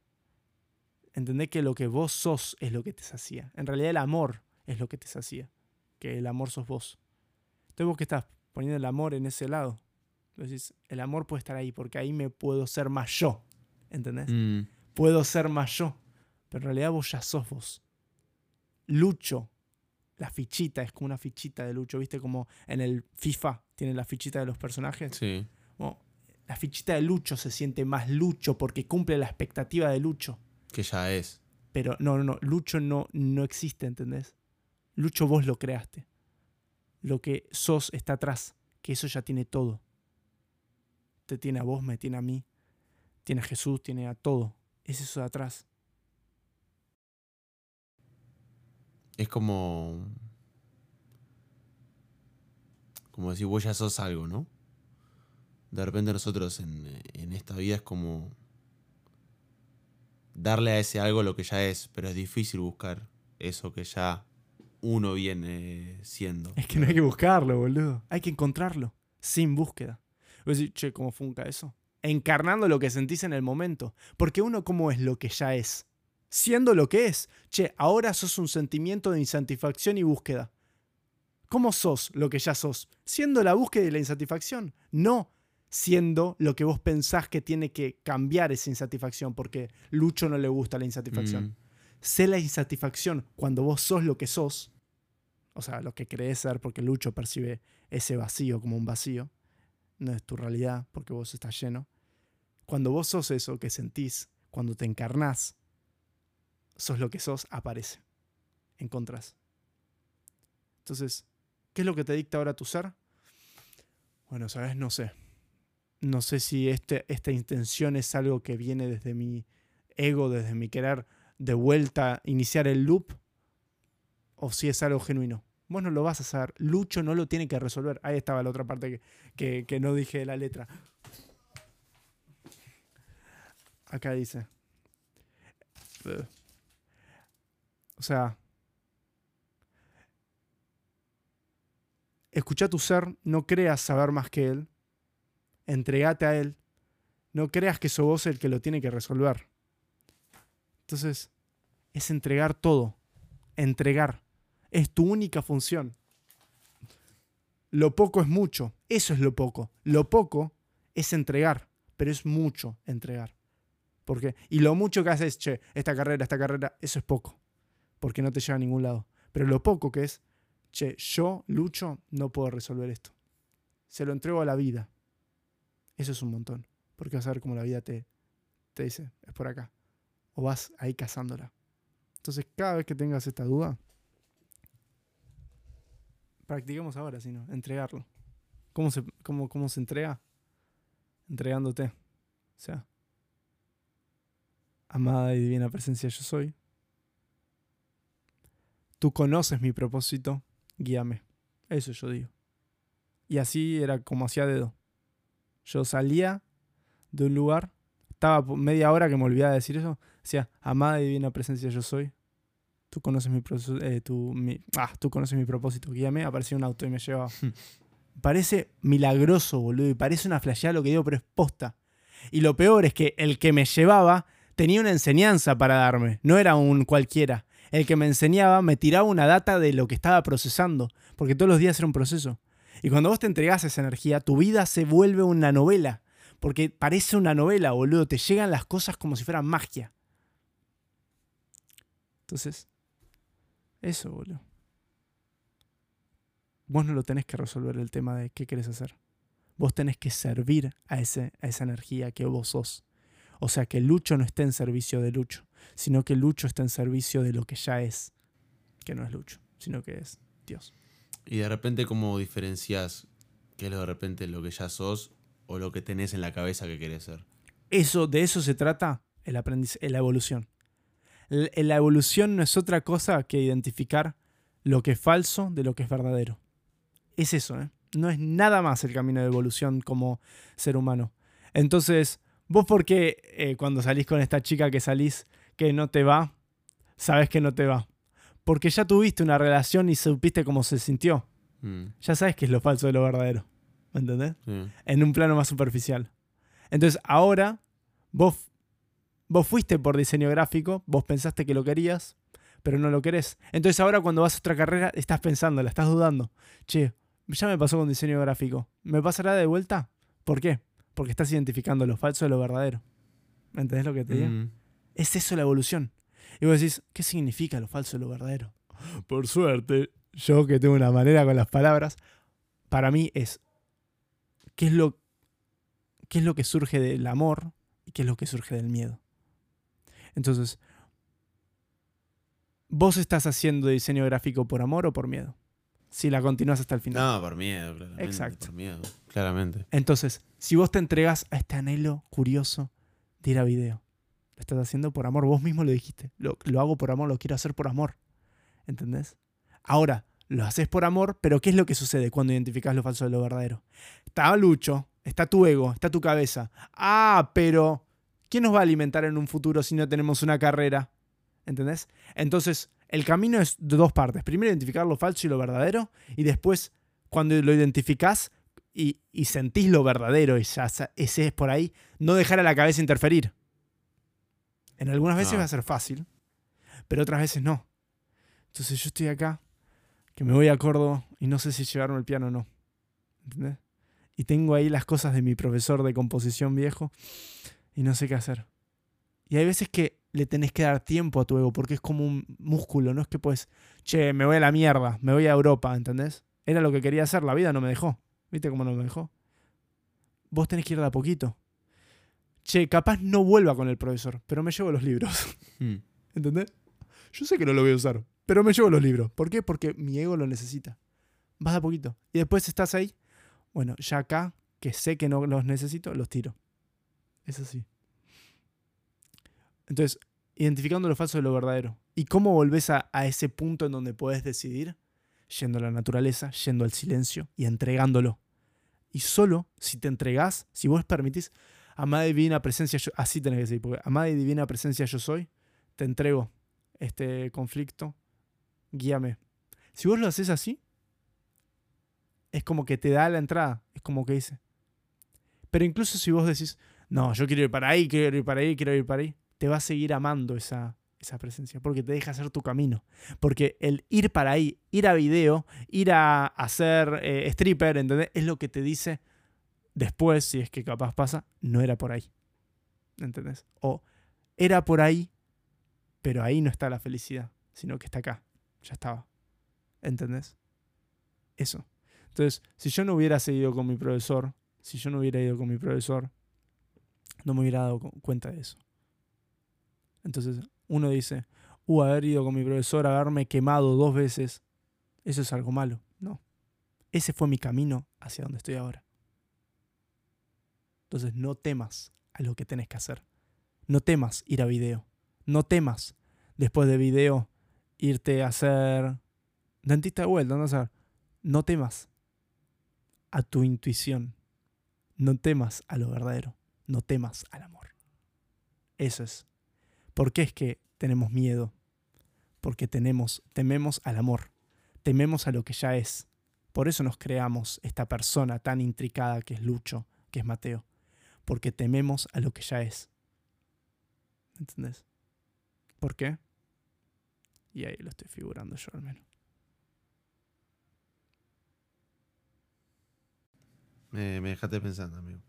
Entendés que lo que vos sos es lo que te sacía. En realidad el amor es lo que te sacía. Que el amor sos vos. Entonces vos que estás poniendo el amor en ese lado. Entonces el amor puede estar ahí porque ahí me puedo ser más yo. ¿Entendés? Puedo ser más yo. Pero en realidad vos ya sos vos. Lucho. La fichita es como una fichita de Lucho. ¿Viste como en el FIFA tiene la fichita de los personajes? Sí. Bueno, la fichita de Lucho se siente más Lucho porque cumple la expectativa de Lucho. Que ya es. Pero no. Lucho no existe, ¿entendés? Lucho vos lo creaste. Lo que sos está atrás. Que eso ya tiene todo. Te tiene a vos, me tiene a mí. Tiene a Jesús, tiene a todo. Es eso de atrás. Es como decir, vos ya sos algo, ¿no? De repente nosotros en esta vida es como darle a ese algo lo que ya es, pero es difícil buscar eso que ya uno viene siendo. Es que no hay que buscarlo, boludo. Hay que encontrarlo, sin búsqueda. Vos decís, che, ¿cómo funca eso? Encarnando lo que sentís en el momento. Porque uno, ¿cómo es lo que ya es? Siendo lo que es. Che, ahora sos un sentimiento de insatisfacción y búsqueda. ¿Cómo sos lo que ya sos? ¿Siendo la búsqueda y la insatisfacción? No siendo lo que vos pensás que tiene que cambiar esa insatisfacción, porque Lucho no le gusta la insatisfacción. Sé la insatisfacción cuando vos sos lo que sos, o sea, lo que crees ser, porque Lucho percibe ese vacío como un vacío. No es tu realidad, porque vos estás lleno. Cuando vos sos eso que sentís, cuando te encarnás, sos lo que sos, aparece. Encontrás. Entonces, ¿qué es lo que te dicta ahora tu ser? Bueno, ¿sabes? No sé. No sé si esta intención es algo que viene desde mi ego, desde mi querer de vuelta iniciar el loop, o si es algo genuino. Vos no lo vas a saber. Lucho no lo tiene que resolver. Ahí estaba la otra parte que no dije de la letra. Acá dice. O sea, escucha tu ser, no creas saber más que él. Entregate a él. No creas que sos vos el que lo tiene que resolver. Entonces, es entregar todo. Entregar. Es tu única función. Lo poco es mucho. Eso es lo poco. Lo poco es entregar, pero es mucho entregar. ¿Por qué? Y lo mucho que haces, che, esta carrera, eso es poco. Porque no te lleva a ningún lado. Pero lo poco que es, che, yo, Lucho, no puedo resolver esto. Se lo entrego a la vida. Eso es un montón. Porque vas a ver cómo la vida te dice, es por acá. O vas ahí cazándola. Entonces, cada vez que tengas esta duda, practiquemos ahora, sino entregarlo. ¿Cómo se entrega? Entregándote. O sea, amada y divina presencia yo soy. Tú conoces mi propósito, guíame. Eso yo digo. Y así era como hacía dedo. Yo salía de un lugar, estaba media hora que me olvidaba de decir eso, decía, amada y divina presencia yo soy. Tú conoces tú conoces mi propósito, guíame. Aparecía un auto y me llevaba. Parece milagroso, boludo, y parece una flasheada lo que digo, pero es posta. Y lo peor es que el que me llevaba tenía una enseñanza para darme, no era un cualquiera. El que me enseñaba me tiraba una data de lo que estaba procesando, porque todos los días era un proceso. Y cuando vos te entregás esa energía, tu vida se vuelve una novela, porque parece una novela, boludo, te llegan las cosas como si fueran magia. Entonces, eso, boludo. Vos no lo tenés que resolver el tema de qué querés hacer. Vos tenés que servir a esa energía que vos sos. O sea, que Lucho no esté en servicio de Lucho, sino que Lucho está en servicio de lo que ya es, que no es Lucho, sino que es Dios. Y de repente, ¿cómo diferencias qué es de repente lo que ya sos o lo que tenés en la cabeza que querés ser? De eso se trata el aprendizaje, la evolución. La evolución no es otra cosa que identificar lo que es falso de lo que es verdadero. Es eso, ¿eh? No es nada más el camino de evolución como ser humano. Entonces, vos por qué cuando salís con esta chica que salís que no te va, sabes que no te va. Porque ya tuviste una relación y supiste cómo se sintió. Ya sabes qué es lo falso de lo verdadero. ¿Me entendés? En un plano más superficial. Entonces, ahora vos Vos fuiste por diseño gráfico, vos pensaste que lo querías, pero no lo querés. Entonces ahora cuando vas a otra carrera estás pensando, la estás dudando. Che, ya me pasó con diseño gráfico. ¿Me pasará de vuelta? ¿Por qué? Porque estás identificando lo falso de lo verdadero. ¿Entendés lo que te digo? Es eso la evolución. Y vos decís, ¿qué significa lo falso de lo verdadero? Por suerte, yo que tengo una manera con las palabras, para mí es ¿qué es lo que surge del amor y qué es lo que surge del miedo? Entonces, ¿vos estás haciendo diseño gráfico por amor o por miedo? Si la continúas hasta el final. No, por miedo, claramente. Exacto. Por miedo, claramente. Entonces, si vos te entregás a este anhelo curioso de ir a video, lo estás haciendo por amor. Vos mismo lo dijiste. Lo hago por amor, lo quiero hacer por amor. ¿Entendés? Ahora, lo haces por amor, pero ¿qué es lo que sucede cuando identificás lo falso de lo verdadero? Está Lucho, está tu ego, está tu cabeza. Ah, pero ¿quién nos va a alimentar en un futuro si no tenemos una carrera? ¿Entendés? Entonces, el camino es de dos partes. Primero identificar lo falso y lo verdadero, y después, cuando lo identificás y sentís lo verdadero, y ya ese es por ahí, no dejar a la cabeza interferir. En algunas veces va a ser fácil, pero otras veces no. Entonces yo estoy acá, que me voy a Córdoba y no sé si llevarme el piano o no. ¿Entendés? Y tengo ahí las cosas de mi profesor de composición viejo y no sé qué hacer. Y hay veces que le tenés que dar tiempo a tu ego porque es como un músculo, no es que pues, che, me voy a la mierda, me voy a Europa, ¿entendés? Era lo que quería hacer, la vida no me dejó. ¿Viste cómo no me dejó? Vos tenés que ir de a poquito. Che, capaz no vuelva con el profesor, pero me llevo los libros. ¿Entendés? Yo sé que no lo voy a usar, pero me llevo los libros. ¿Por qué? Porque mi ego lo necesita. Vas de a poquito. Y después estás ahí. Bueno, ya acá, que sé que no los necesito, los tiro. Es así. Entonces, identificando lo falso de lo verdadero. ¿Y cómo volvés a ese punto en donde podés decidir? Yendo a la naturaleza, yendo al silencio y entregándolo. Y solo si te entregás, si vos permitís, amada divina presencia, así tenés que decir, porque amada divina presencia yo soy, te entrego este conflicto, guíame. Si vos lo haces así, es como que te da la entrada, es como que dice. Pero incluso si vos decís, no, yo quiero ir para ahí, quiero ir para ahí, quiero ir para ahí, te va a seguir amando esa presencia, porque te deja hacer tu camino. Porque el ir para ahí, ir a video, ir a hacer stripper, ¿entendés? Es lo que te dice después, si es que capaz pasa, no era por ahí. ¿Entendés? O era por ahí, pero ahí no está la felicidad, sino que está acá. Ya estaba. ¿Entendés? Eso. Entonces, si yo no hubiera seguido con mi profesor, si yo no hubiera ido con mi profesor, no me hubiera dado cuenta de eso. Entonces, uno dice, haber ido con mi profesor, haberme quemado 2 veces, eso es algo malo. No. Ese fue mi camino hacia donde estoy ahora. Entonces, no temas a lo que tenés que hacer. No temas ir a video. No temas, después de video, irte a hacer dentista de vuelta. No temas a tu intuición. No temas a lo verdadero. No temas al amor. Eso es. ¿Por qué es que tenemos miedo? Porque tememos al amor. Tememos a lo que ya es. Por eso nos creamos esta persona tan intricada que es Lucho, que es Mateo. Porque tememos a lo que ya es. ¿Entendés? ¿Por qué? Y ahí lo estoy figurando yo al menos. Me dejaste pensando, amigo.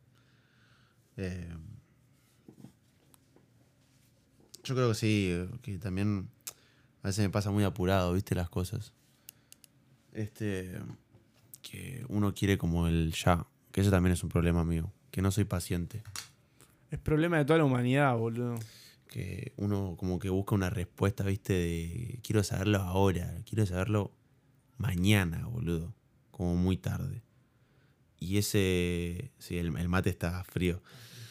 Yo creo que sí, que también a veces me pasa muy apurado, ¿viste? Las cosas. Que uno quiere como el ya. Que eso también es un problema mío. Que no soy paciente. Es problema de toda la humanidad, boludo. Que uno como que busca una respuesta, ¿viste? De quiero saberlo ahora, quiero saberlo mañana, boludo. Como muy tarde. Y ese... Sí, el mate está frío.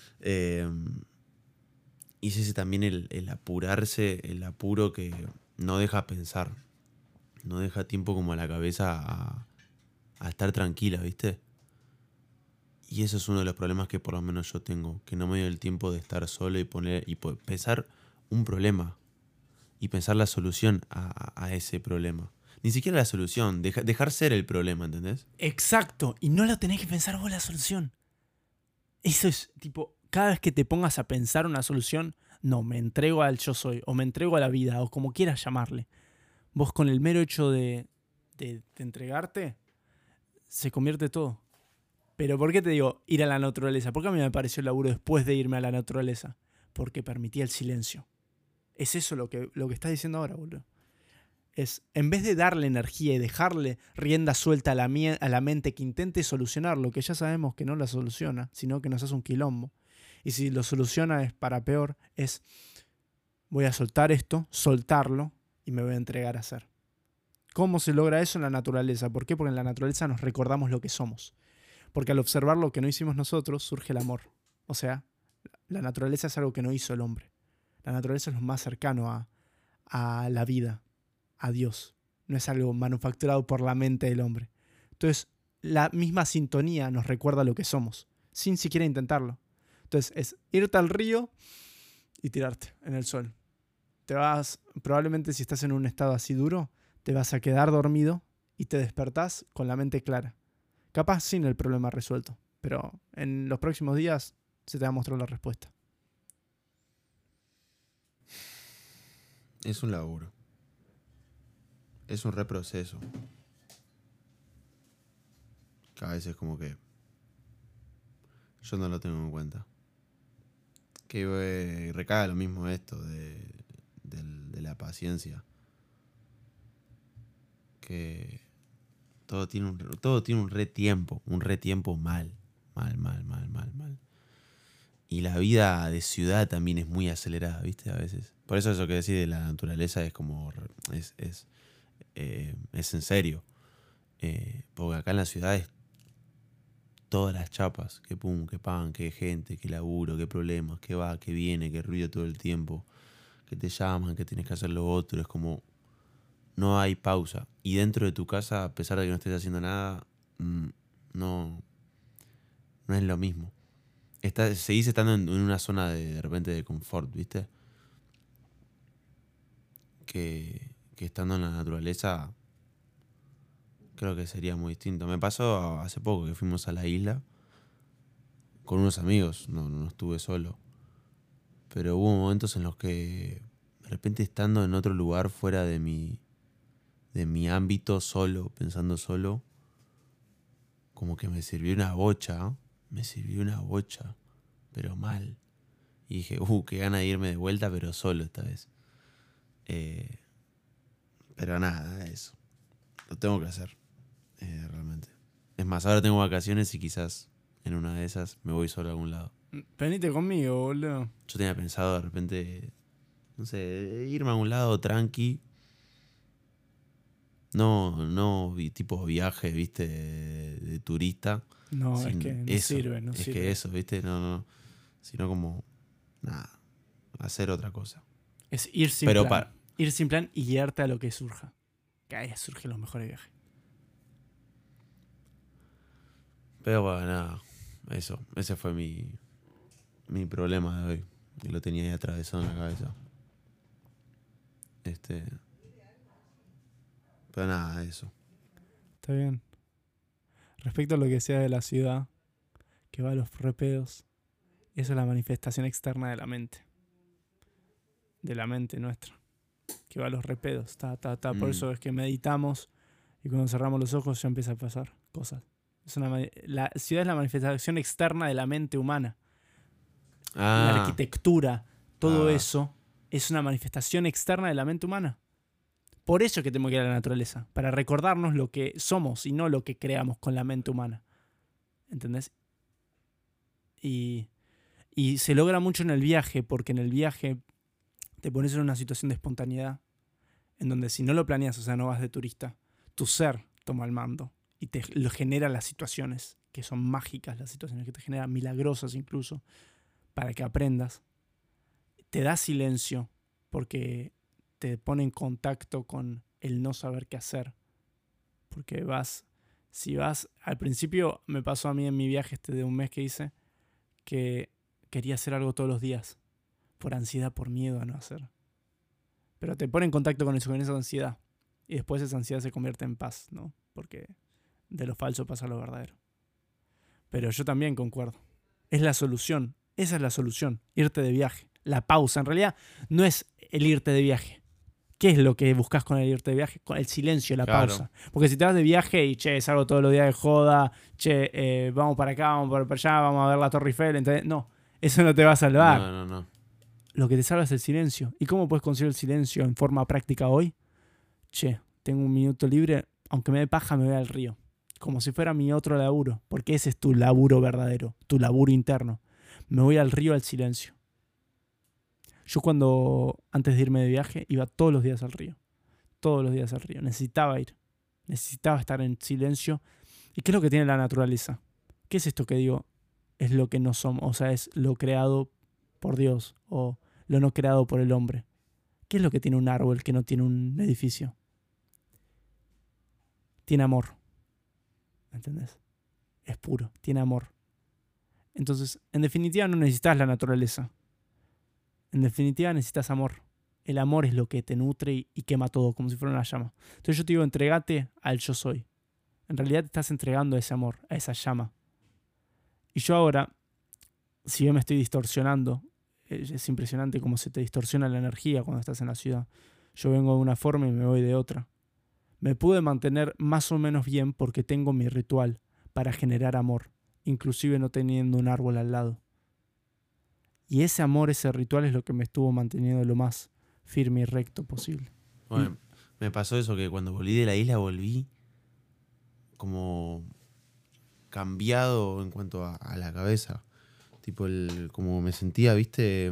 Y es ese también el apurarse, el apuro que no deja pensar. No deja tiempo como a la cabeza a estar tranquila, ¿viste? Y eso es uno de los problemas que por lo menos yo tengo. Que no me doy el tiempo de estar solo y pensar un problema. Y pensar la solución a ese problema. Ni siquiera la solución, dejar ser el problema, ¿entendés? Exacto, y no lo tenés que pensar vos la solución. Eso es, tipo, cada vez que te pongas a pensar una solución, No, me entrego al yo soy, o me entrego a la vida, o como quieras llamarle. Vos con el mero hecho de entregarte, se convierte todo. Pero ¿por qué te digo ir a la naturaleza? ¿Por qué a mí me pareció el laburo después de irme a la naturaleza? Porque permitía el silencio. Es eso lo que estás diciendo ahora, boludo. Es, en vez de darle energía y dejarle rienda suelta a la mente que intente solucionar lo que ya sabemos que no la soluciona, sino que nos hace un quilombo. Y si lo soluciona es para peor, es voy a soltar esto, soltarlo y me voy a entregar a hacer. ¿Cómo se logra eso en la naturaleza? ¿Por qué? Porque en la naturaleza nos recordamos lo que somos. Porque al observar lo que no hicimos nosotros, surge el amor. O sea, la naturaleza es algo que no hizo el hombre. La naturaleza es lo más cercano a la vida, a Dios. No es algo manufacturado por la mente del hombre. Entonces, la misma sintonía nos recuerda lo que somos, sin siquiera intentarlo. Entonces, es irte al río y tirarte en el sol. Te vas, probablemente si estás en un estado así duro, te vas a quedar dormido y te despertás con la mente clara. Capaz sin el problema resuelto, pero en los próximos días se te va a mostrar la respuesta. Es un laburo. Es un reproceso. Que a veces como que yo no lo tengo en cuenta. Que recae lo mismo esto de la paciencia. Que todo tiene un retiempo. Un retiempo mal. Mal. Y la vida de ciudad también es muy acelerada, ¿viste? A veces. Por eso que decís de la naturaleza es como... Es en serio. Porque acá en la ciudad es todas las chapas. Que pum, que pan, que gente, que laburo, que problemas, que va, que viene, que ruido todo el tiempo. Que te llaman, que tienes que hacer lo otro. Es como... No hay pausa. Y dentro de tu casa, a pesar de que no estés haciendo nada, no es lo mismo. Seguís estando en una zona de repente de confort, ¿viste? Que estando en la naturaleza creo que sería muy distinto. Me pasó hace poco que fuimos a la isla con unos amigos, no estuve solo. Pero hubo momentos en los que de repente estando en otro lugar fuera de mi ámbito, solo, pensando solo, como que me sirvió una bocha, pero mal. Y dije, qué gana de irme de vuelta, pero solo esta vez. Pero nada, eso. Lo tengo que hacer, realmente. Es más, ahora tengo vacaciones y quizás en una de esas me voy solo a algún lado. Venite conmigo, boludo. Yo tenía pensado de repente, no sé, irme a algún lado tranqui. No tipo viaje, viste, de turista. No, es que no sirve, no sirve. Es que eso, viste, no. Sino como, nada, hacer otra cosa. Es ir sin plan. Ir sin plan y guiarte a lo que surja. Que ahí surgen los mejores viajes. Pero bueno, nada, eso. Ese fue mi problema de hoy. Y lo tenía ahí atravesado en la cabeza. Pero nada, eso. Está bien. Respecto a lo que decía de la ciudad, que va a los repedos, eso es la manifestación externa de la mente. De la mente nuestra. Que va a los repedos. Por eso es que meditamos y cuando cerramos los ojos ya empieza a pasar cosas. La ciudad es la manifestación externa de la mente humana. La arquitectura, todo eso es una manifestación externa de la mente humana. Por eso es que tenemos que ir a la naturaleza, para recordarnos lo que somos y no lo que creamos con la mente humana. ¿Entendés? Y se logra mucho en el viaje, porque en el viaje te pones en una situación de espontaneidad, en donde si no lo planeas, o sea, no vas de turista, tu ser toma el mando y te lo genera las situaciones, que son mágicas, las situaciones que te generan, milagrosas incluso, para que aprendas. Te da silencio, porque te pone en contacto con el no saber qué hacer. Porque al principio me pasó a mí en mi viaje de un mes que hice, que quería hacer algo todos los días, por ansiedad, por miedo a no hacer. Pero te pone en contacto con esa ansiedad, y después esa ansiedad se convierte en paz, ¿no? Porque de lo falso pasa lo verdadero. Pero yo también concuerdo. Es la solución, esa es la solución, irte de viaje. la pausa. En realidad no es el irte de viaje. ¿Qué es lo que buscas con el irte de viaje? Con el silencio, la pausa. Porque si te vas de viaje y, salgo todos los días de joda, vamos para acá, vamos para allá, vamos a ver la Torre Eiffel, ¿entendés? No, eso no te va a salvar. No. Lo que te salva es el silencio. ¿Y cómo puedes conseguir el silencio en forma práctica hoy? Tengo un minuto libre, aunque me dé paja, me voy al río. Como si fuera mi otro laburo, porque ese es tu laburo verdadero, tu laburo interno. Me voy al río al silencio. Yo antes de irme de viaje, iba todos los días al río. Todos los días al río. Necesitaba ir. Necesitaba estar en silencio. ¿Y qué es lo que tiene la naturaleza? ¿Qué es esto que digo? Es lo que no somos. O sea, es lo creado por Dios o lo no creado por el hombre. ¿Qué es lo que tiene un árbol que no tiene un edificio? Tiene amor. ¿Entendés? Es puro. Tiene amor. Entonces, en definitiva, no necesitas la naturaleza. En definitiva, necesitas amor. El amor es lo que te nutre y quema todo, como si fuera una llama. Entonces yo te digo, entregate al yo soy. En realidad te estás entregando a ese amor, a esa llama. Y yo ahora, si yo me estoy distorsionando, es impresionante cómo se te distorsiona la energía cuando estás en la ciudad. Yo vengo de una forma y me voy de otra. Me pude mantener más o menos bien porque tengo mi ritual para generar amor, inclusive no teniendo un árbol al lado. Y ese amor, ese ritual es lo que me estuvo manteniendo lo más firme y recto posible. Bueno, me pasó eso, que cuando volví de la isla volví como cambiado en cuanto a la cabeza. Tipo, como me sentía, viste,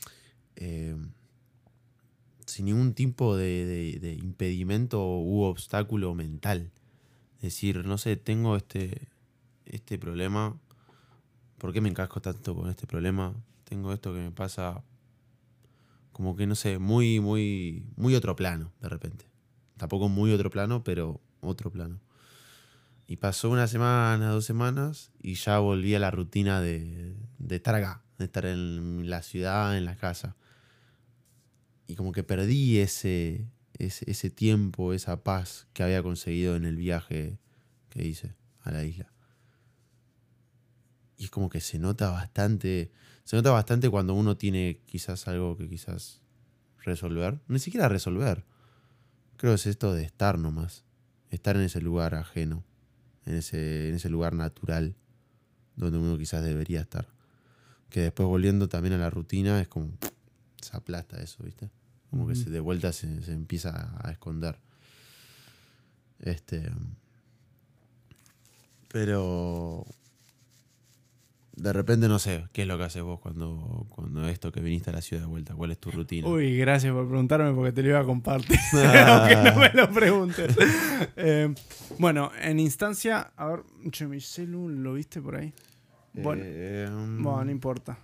sin ningún tipo de impedimento u obstáculo mental. Es decir, no sé, tengo este problema. ¿Por qué me encasco tanto con este problema? Tengo esto que me pasa como que, no sé, muy, muy, muy otro plano, de repente. Tampoco muy otro plano, pero otro plano. Y pasó una semana, 2 semanas, y ya volví a la rutina de estar acá, de estar en la ciudad, en la casa. Y como que perdí ese tiempo, esa paz que había conseguido en el viaje que hice a la isla. Y es como que se nota bastante cuando uno tiene quizás algo que quizás resolver. Ni siquiera resolver. Creo que es esto de estar nomás. Estar en ese lugar ajeno. En ese lugar natural. Donde uno quizás debería estar. Que después volviendo también a la rutina es como... Se aplasta eso, ¿viste? Como que de vuelta se empieza a esconder. Pero... De repente no sé qué es lo que haces vos cuando esto que viniste a la ciudad de vuelta. ¿Cuál es tu rutina? Uy, gracias por preguntarme porque te lo iba a compartir. Aunque no me lo preguntes. Bueno, en instancia... A ver, mi celu, ¿lo viste por ahí? Bueno, no importa.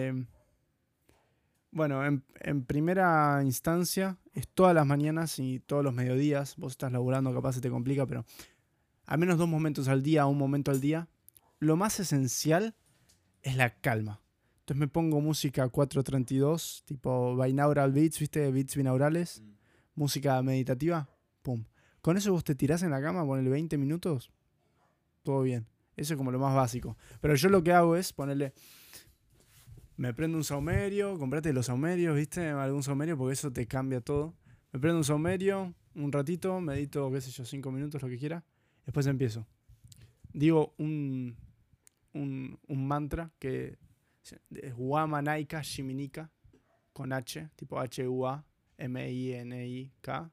Bueno, en primera instancia es todas las mañanas y todos los mediodías. Vos estás laburando, capaz se te complica, pero al menos 2 momentos al día, 1 momento al día. Lo más esencial es la calma. Entonces me pongo música 432, tipo binaural beats, ¿viste? Beats binaurales. Música meditativa. Pum. Con eso vos te tirás en la cama, ponele 20 minutos. Todo bien. Eso es como lo más básico. Pero yo lo que hago es ponerle... Me prendo un saumerio, comprate los saumerios, ¿viste? Algún saumerio porque eso te cambia todo. Me prendo un saumerio, un ratito, medito, qué sé yo, 5 minutos, lo que quiera. Después empiezo. Digo un mantra que es Wamanaika Shiminika, con H, tipo H-U-A-M-I-N-I-K,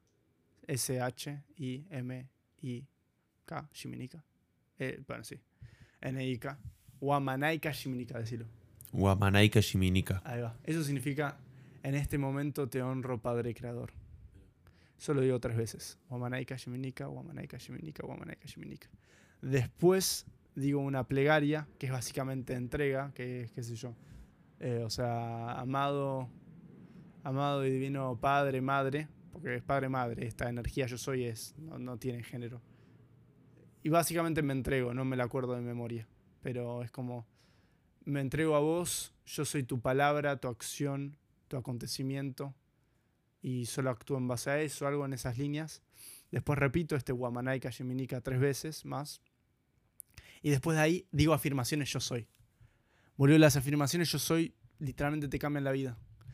S-H-I-M-I-K, Shiminika. Bueno, sí, N-I-K. Wamanaika Shiminika, decilo. Wamanaika Shiminika. Ahí va. Eso significa, en este momento te honro, Padre Creador. Solo digo 3 veces. Wamanaika Shiminika, Wamanaika Shiminika, Wamanaika Shiminika. Después digo una plegaria, que es básicamente entrega, que es, qué sé yo. O sea, amado y divino Padre, Madre, porque es Padre, Madre, esta energía yo soy no tiene género. Y básicamente me entrego, no me la acuerdo de memoria, pero es como, me entrego a vos, yo soy tu palabra, tu acción, tu acontecimiento, y solo actúo en base a eso, algo en esas líneas. Después repito Wamanaika Shiminika 3 veces más. Y después de ahí digo afirmaciones yo soy. Boludo, las afirmaciones yo soy literalmente te cambian la vida.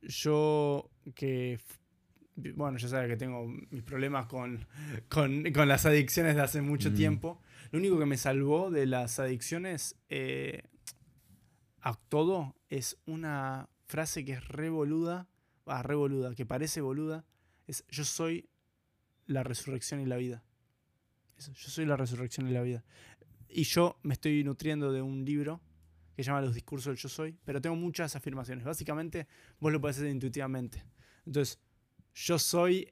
yo que... Bueno, ya sabes que tengo mis problemas con las adicciones de hace mucho tiempo. Lo único que me salvó de las adicciones a todo es una frase que es re boluda, que parece boluda. Es: yo soy la resurrección y la vida. Eso, yo soy la resurrección y la vida. Y yo me estoy nutriendo de un libro que se llama Los discursos del yo soy, pero tengo muchas afirmaciones. Básicamente, vos lo podés hacer intuitivamente. Entonces, yo soy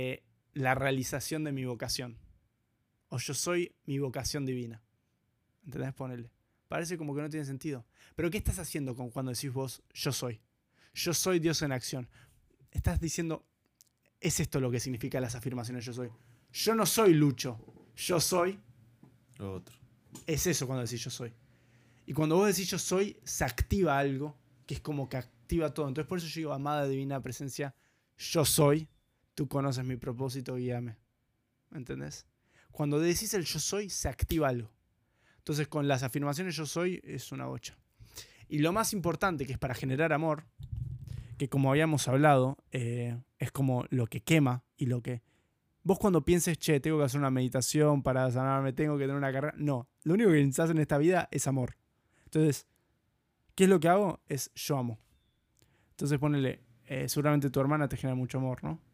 la realización de mi vocación. O yo soy mi vocación divina. ¿Entendés? Ponele. Parece como que no tiene sentido. Pero ¿qué estás haciendo cuando decís vos yo soy? Yo soy Dios en acción. Estás diciendo, es esto lo que significa las afirmaciones yo soy. Yo no soy Lucho. Yo soy... Otro. Es eso cuando decís yo soy. Y cuando vos decís yo soy, se activa algo que es como que activa todo. Entonces por eso yo digo, amada divina presencia, yo soy, tú conoces mi propósito, guíame. ¿Entendés? Cuando decís el yo soy, se activa algo. Entonces con las afirmaciones yo soy es una bocha. Y lo más importante, que es para generar amor, que como habíamos hablado, es como lo que quema y lo que... Vos cuando pienses, che, tengo que hacer una meditación para sanarme, tengo que tener una carrera... No, lo único que necesitas en esta vida es amor. Entonces, ¿qué es lo que hago? Es yo amo. Entonces ponele, seguramente tu hermana te genera mucho amor, ¿no?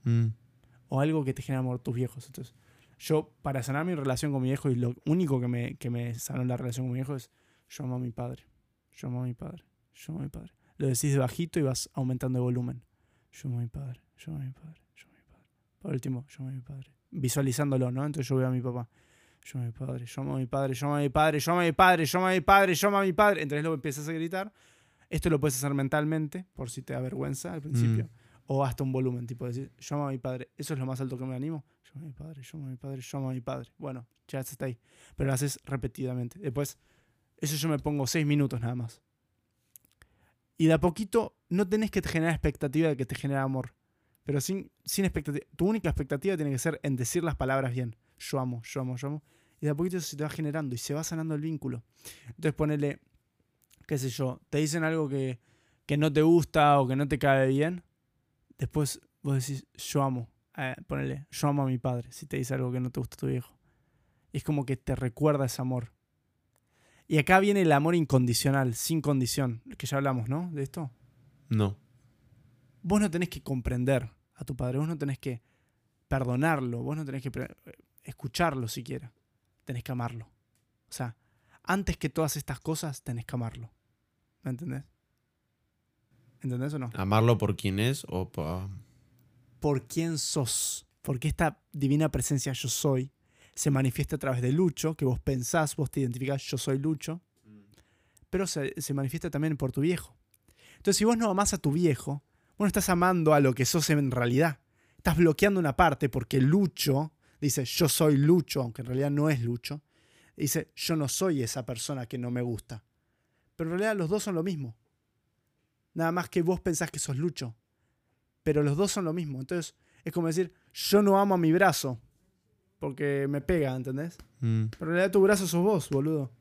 O algo que te genera amor, tus viejos. Entonces, yo, para sanar mi relación con mi viejo, y lo único que me sanó la relación con mi viejo es: yo amo a mi padre. Yo amo a mi padre. Yo amo a mi padre. Lo decís de bajito y vas aumentando de volumen. Yo amo a mi padre. Yo amo a mi padre. Yo amo a mi padre. Por último, yo amo a mi padre. Visualizándolo, ¿no? Entonces yo veo a mi papá. Yo amo a mi padre. Yo amo a mi padre. Yo amo a mi padre. Yo amo a mi padre. Yo amo a mi padre. Yo amo a mi padre. Entonces luego empiezas a gritar. Esto lo puedes hacer mentalmente, por si te da vergüenza al principio. O hasta un volumen, tipo decir, yo amo a mi padre. Eso es lo más alto que me animo. Yo amo a mi padre, yo amo a mi padre, yo amo a mi padre. Bueno, ya está ahí. Pero lo haces repetidamente. Después, eso yo me pongo 6 minutos nada más. Y de a poquito, no tenés que generar expectativa de que te genera amor. Pero sin expectativa. Tu única expectativa tiene que ser en decir las palabras bien. Yo amo, yo amo, yo amo. Y de a poquito eso se te va generando y se va sanando el vínculo. Entonces ponele, qué sé yo, te dicen algo que no te gusta o que no te cae bien. Después vos decís, yo amo. Ponele, yo amo a mi padre. Si te dice algo que no te gusta tu viejo. Y es como que te recuerda ese amor. Y acá viene el amor incondicional, sin condición. Que ya hablamos, ¿no? De esto. No. Vos no tenés que comprender a tu padre. Vos no tenés que perdonarlo. Vos no tenés que escucharlo siquiera. Tenés que amarlo. O sea, antes que todas estas cosas, tenés que amarlo. ¿Me entendés? ¿Entendés o no? ¿Amarlo por quién es o por quién sos? Porque esta divina presencia yo soy se manifiesta a través de Lucho, que vos pensás, vos te identificás, yo soy Lucho, pero se manifiesta también por tu viejo. Entonces, si vos no amás a tu viejo, vos no estás amando a lo que sos en realidad. Estás bloqueando una parte porque Lucho dice, yo soy Lucho, aunque en realidad no es Lucho. Dice, yo no soy esa persona que no me gusta. Pero en realidad los dos son lo mismo. Nada más que vos pensás que sos Lucho. Pero los dos son lo mismo. Entonces, es como decir, yo no amo a mi brazo porque me pega, ¿entendés? Pero en realidad tu brazo sos vos, boludo.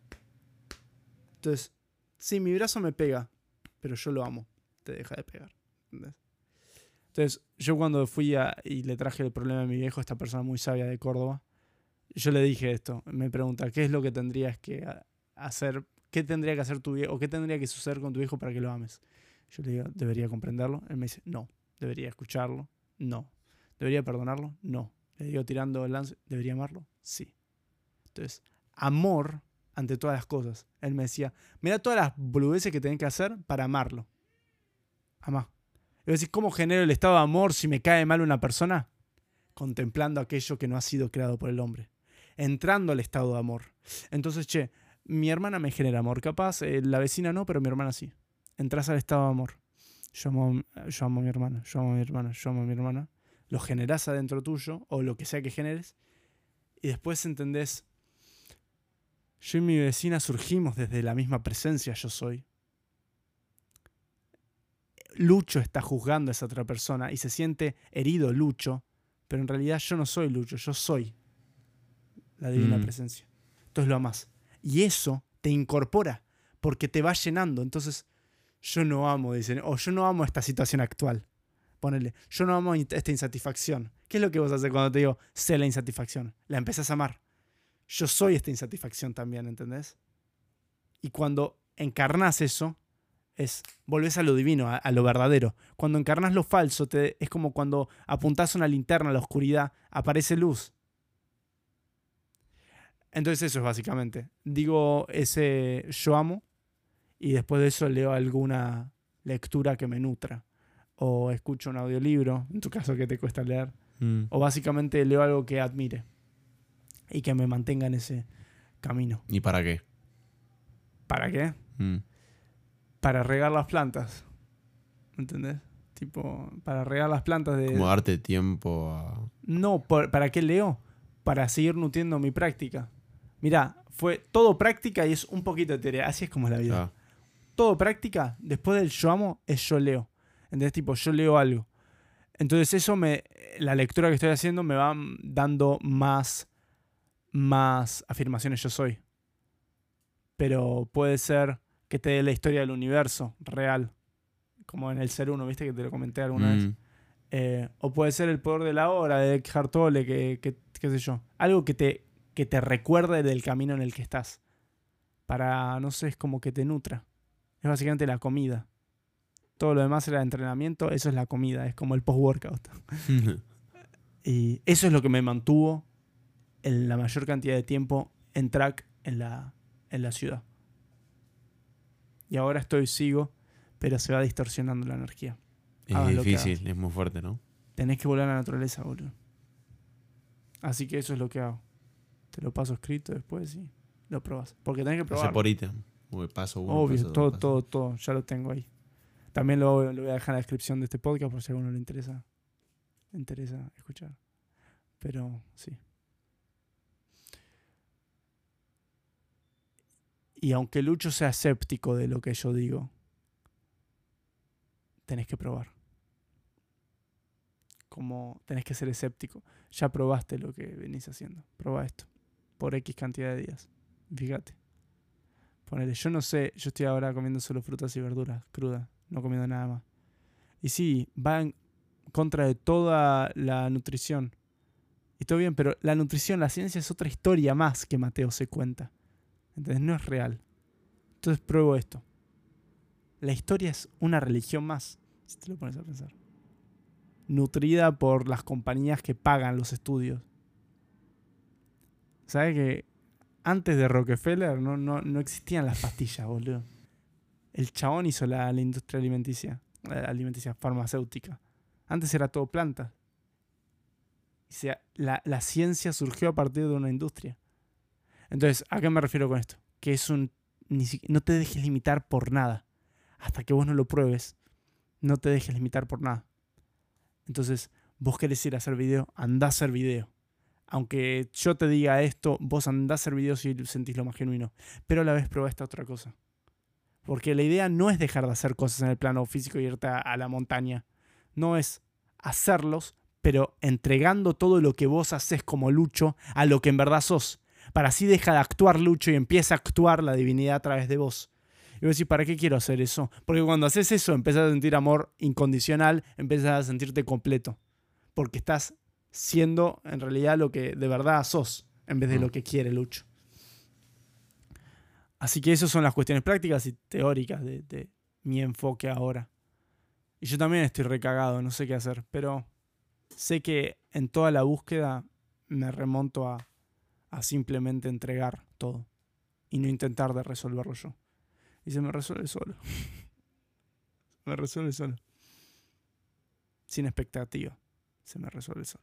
Entonces, sí, mi brazo me pega, pero yo lo amo. Te deja de pegar, ¿entendés? Entonces, yo cuando fui y le traje el problema a mi viejo, esta persona muy sabia de Córdoba, yo le dije esto. Me pregunta, ¿qué es lo que tendrías que hacer? ¿Qué tendría que hacer tu viejo? ¿O qué tendría que suceder con tu viejo para que lo ames? Yo le digo, ¿debería comprenderlo? Él me dice, no. ¿Debería escucharlo? No. ¿Debería perdonarlo? No. Le digo tirando el lance, ¿debería amarlo? Sí. Entonces, amor ante todas las cosas. Él me decía, mira todas las boludeces que tenés que hacer para amarlo. Amá. Y vos decís, ¿cómo genero el estado de amor si me cae mal una persona? Contemplando aquello que no ha sido creado por el hombre. Entrando al estado de amor. Entonces, che, mi hermana me genera amor. Capaz, la vecina no, pero mi hermana sí. Entrás al estado de amor. Yo amo a mi hermana, yo amo a mi hermana, yo amo a mi hermana. Lo generás adentro tuyo, o lo que sea que generes, y después entendés, yo y mi vecina surgimos desde la misma presencia yo soy. Lucho está juzgando a esa otra persona y se siente herido Lucho, pero en realidad yo no soy Lucho, yo soy la divina presencia. Entonces lo amás. Y eso te incorpora, porque te va llenando. Entonces, yo no amo, dicen, o yo no amo esta situación actual. Ponele, yo no amo esta insatisfacción. ¿Qué es lo que vos haces cuando te digo, sé la insatisfacción? La empezás a amar. Yo soy esta insatisfacción también, ¿entendés? Y cuando encarnás eso, volvés a lo divino, a lo verdadero. Cuando encarnás lo falso, es como cuando apuntás una linterna a la oscuridad, aparece luz. Entonces eso es básicamente. Digo ese yo amo y después de eso leo alguna lectura que me nutra. O escucho un audiolibro, en tu caso que te cuesta leer. O básicamente leo algo que admire y que me mantenga en ese camino. ¿Y para qué? ¿Para qué? Para regar las plantas. ¿Entendés? Tipo, para regar las plantas de... Como darte tiempo a... No, ¿para qué leo? Para seguir nutriendo mi práctica. Mirá, fue todo práctica y es un poquito de teoría. Así es como es la vida. Todo práctica, después del yo amo, es yo leo. ¿Entendés? Tipo, yo leo algo. Entonces eso la lectura que estoy haciendo me va dando más afirmaciones yo soy. Pero puede ser que te dé la historia del universo real. Como en el Ser Uno, ¿viste? Que te lo comenté alguna vez. O puede ser el poder de la hora de Eckhart Tolle, qué sé yo. Algo que te recuerde del camino en el que estás. Para, no sé, es como que te nutra. Es básicamente la comida. Todo lo demás era entrenamiento, eso es la comida, es como el post-workout. Y eso es lo que me mantuvo en la mayor cantidad de tiempo en track en la ciudad. Y ahora sigo, pero se va distorsionando la energía. Es difícil, es muy fuerte, ¿no? Tenés que volver a la naturaleza, boludo. Así que eso es lo que hago. Te lo paso escrito después y lo probas. Porque tenés que probar. Hacer por ítem. Paso uno, obvio, paso dos, todo. Ya lo tengo ahí. También lo voy a dejar en la descripción de este podcast por si a alguno le interesa escuchar. Pero sí. Y aunque Lucho sea escéptico de lo que yo digo, tenés que probar. Como tenés que ser escéptico. Ya probaste lo que venís haciendo. Probá esto. Por X cantidad de días. Fíjate. Ponele, yo no sé, yo estoy ahora comiendo solo frutas y verduras crudas. No comiendo nada más. Y sí, va en contra de toda la nutrición. Y todo bien, pero la nutrición, la ciencia es otra historia más que Mateo se cuenta. Entonces no es real. Entonces pruebo esto. La historia es una religión más, si te lo pones a pensar. Nutrida por las compañías que pagan los estudios. ¿Sabes que antes de Rockefeller no existían las pastillas, boludo? El chabón hizo la industria alimenticia farmacéutica. Antes era todo plantas. O sea, la ciencia surgió a partir de una industria. Entonces, ¿a qué me refiero con esto? Que no te dejes limitar por nada. Hasta que vos no lo pruebes, no te dejes limitar por nada. Entonces, vos querés ir a hacer video, andá a hacer video. Aunque yo te diga esto, vos andá a hacer video si sentís lo más genuino. Pero a la vez probá esta otra cosa. Porque la idea no es dejar de hacer cosas en el plano físico y irte a la montaña. No es hacerlos, pero entregando todo lo que vos haces como Lucho a lo que en verdad sos. Para así deja de actuar Lucho y empieza a actuar la divinidad a través de vos. Y vos decís, ¿para qué quiero hacer eso? Porque cuando haces eso, empezás a sentir amor incondicional, empezás a sentirte completo. Porque estás siendo en realidad lo que de verdad sos, en vez de lo que quiere Lucho. Así que esas son las cuestiones prácticas y teóricas de mi enfoque ahora. Y yo también estoy recagado, no sé qué hacer, pero sé que en toda la búsqueda me remonto a simplemente entregar todo y no intentar de resolverlo yo. Y se me resuelve solo. Se me resuelve solo. Sin expectativa. Se me resuelve solo.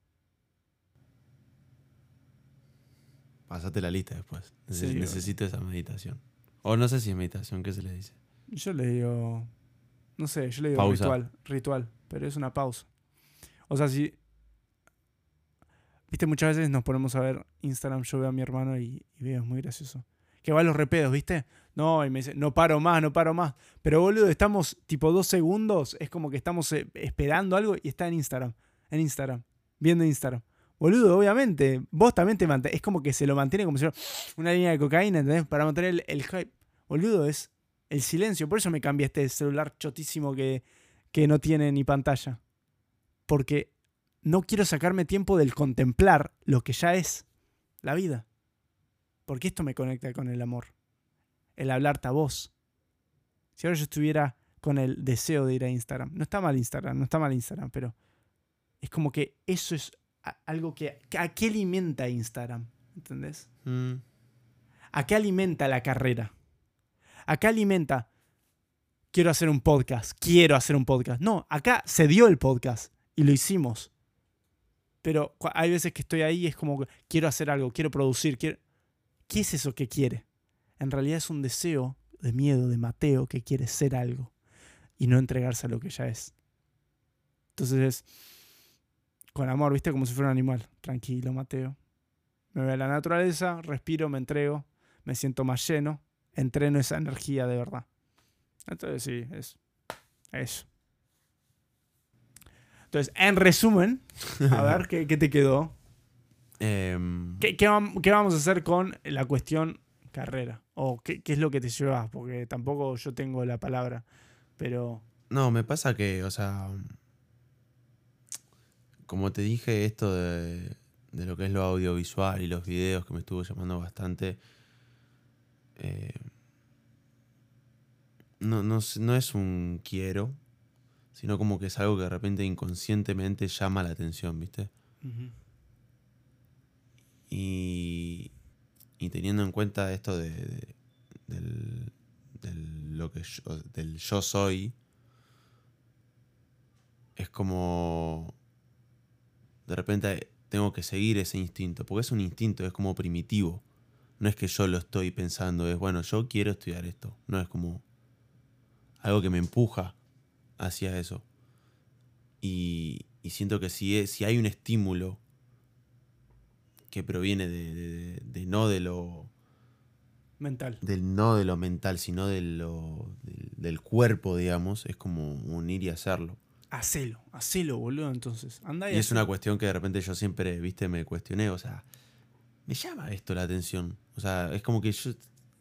Pásate la lista después. Sí, necesito esa meditación. O no sé si es meditación, ¿qué se le dice? Yo le digo... No sé, yo le digo pausa. Ritual, pero es una pausa. O sea, si... Viste, muchas veces nos ponemos a ver Instagram, yo veo a mi hermano y veo, es muy gracioso. Que va a los repedos, ¿viste? No, y me dice, no paro más. Pero boludo, estamos tipo 2 segundos, es como que estamos esperando algo y está en Instagram, viendo Instagram. Boludo, obviamente, vos también te mantienes, es como que se lo mantiene como si fuera una línea de cocaína, ¿entendés? Para mantener el hype. Boludo, es el silencio. Por eso me cambié este celular chotísimo que no tiene ni pantalla. Porque no quiero sacarme tiempo del contemplar lo que ya es la vida. Porque esto me conecta con el amor. El hablarte a vos. Si ahora yo estuviera con el deseo de ir a Instagram. No está mal Instagram, pero es como que eso es algo que... ¿A qué alimenta Instagram? ¿Entendés? ¿A qué alimenta la carrera? ¿A qué alimenta? Quiero hacer un podcast. No, acá se dio el podcast y lo hicimos. Pero hay veces que estoy ahí y es como que quiero hacer algo, quiero producir, ¿Qué es eso que quiere? En realidad es un deseo de miedo de Mateo que quiere ser algo y no entregarse a lo que ya es. Entonces es con amor, ¿viste? Como si fuera un animal. Tranquilo, Mateo. Me voy a la naturaleza, respiro, me entrego, me siento más lleno, entreno esa energía de verdad. Entonces sí, es eso. Entonces, en resumen, a ver, ¿qué te quedó? ¿Qué vamos a hacer con la cuestión carrera? ¿O qué es lo que te llevas? Porque tampoco yo tengo la palabra, pero... No, me pasa que, o sea, como te dije, esto de lo que es lo audiovisual y los videos que me estuvo llamando bastante, no es un quiero, sino como que es algo que de repente inconscientemente llama la atención, ¿viste? Uh-huh. Y teniendo en cuenta esto del yo soy, es como de repente tengo que seguir ese instinto, porque es un instinto, es como primitivo. No es que yo lo estoy pensando, es bueno, yo quiero estudiar esto. No es como algo que me empuja hacia eso. Y siento que si hay un estímulo que proviene de no de lo mental, no de lo mental, sino del cuerpo, digamos, es como unir y hacerlo. Hacelo, boludo, entonces. Andá y es una cuestión que de repente yo siempre, viste, me cuestioné, o sea, me llama esto la atención. O sea, es como que yo,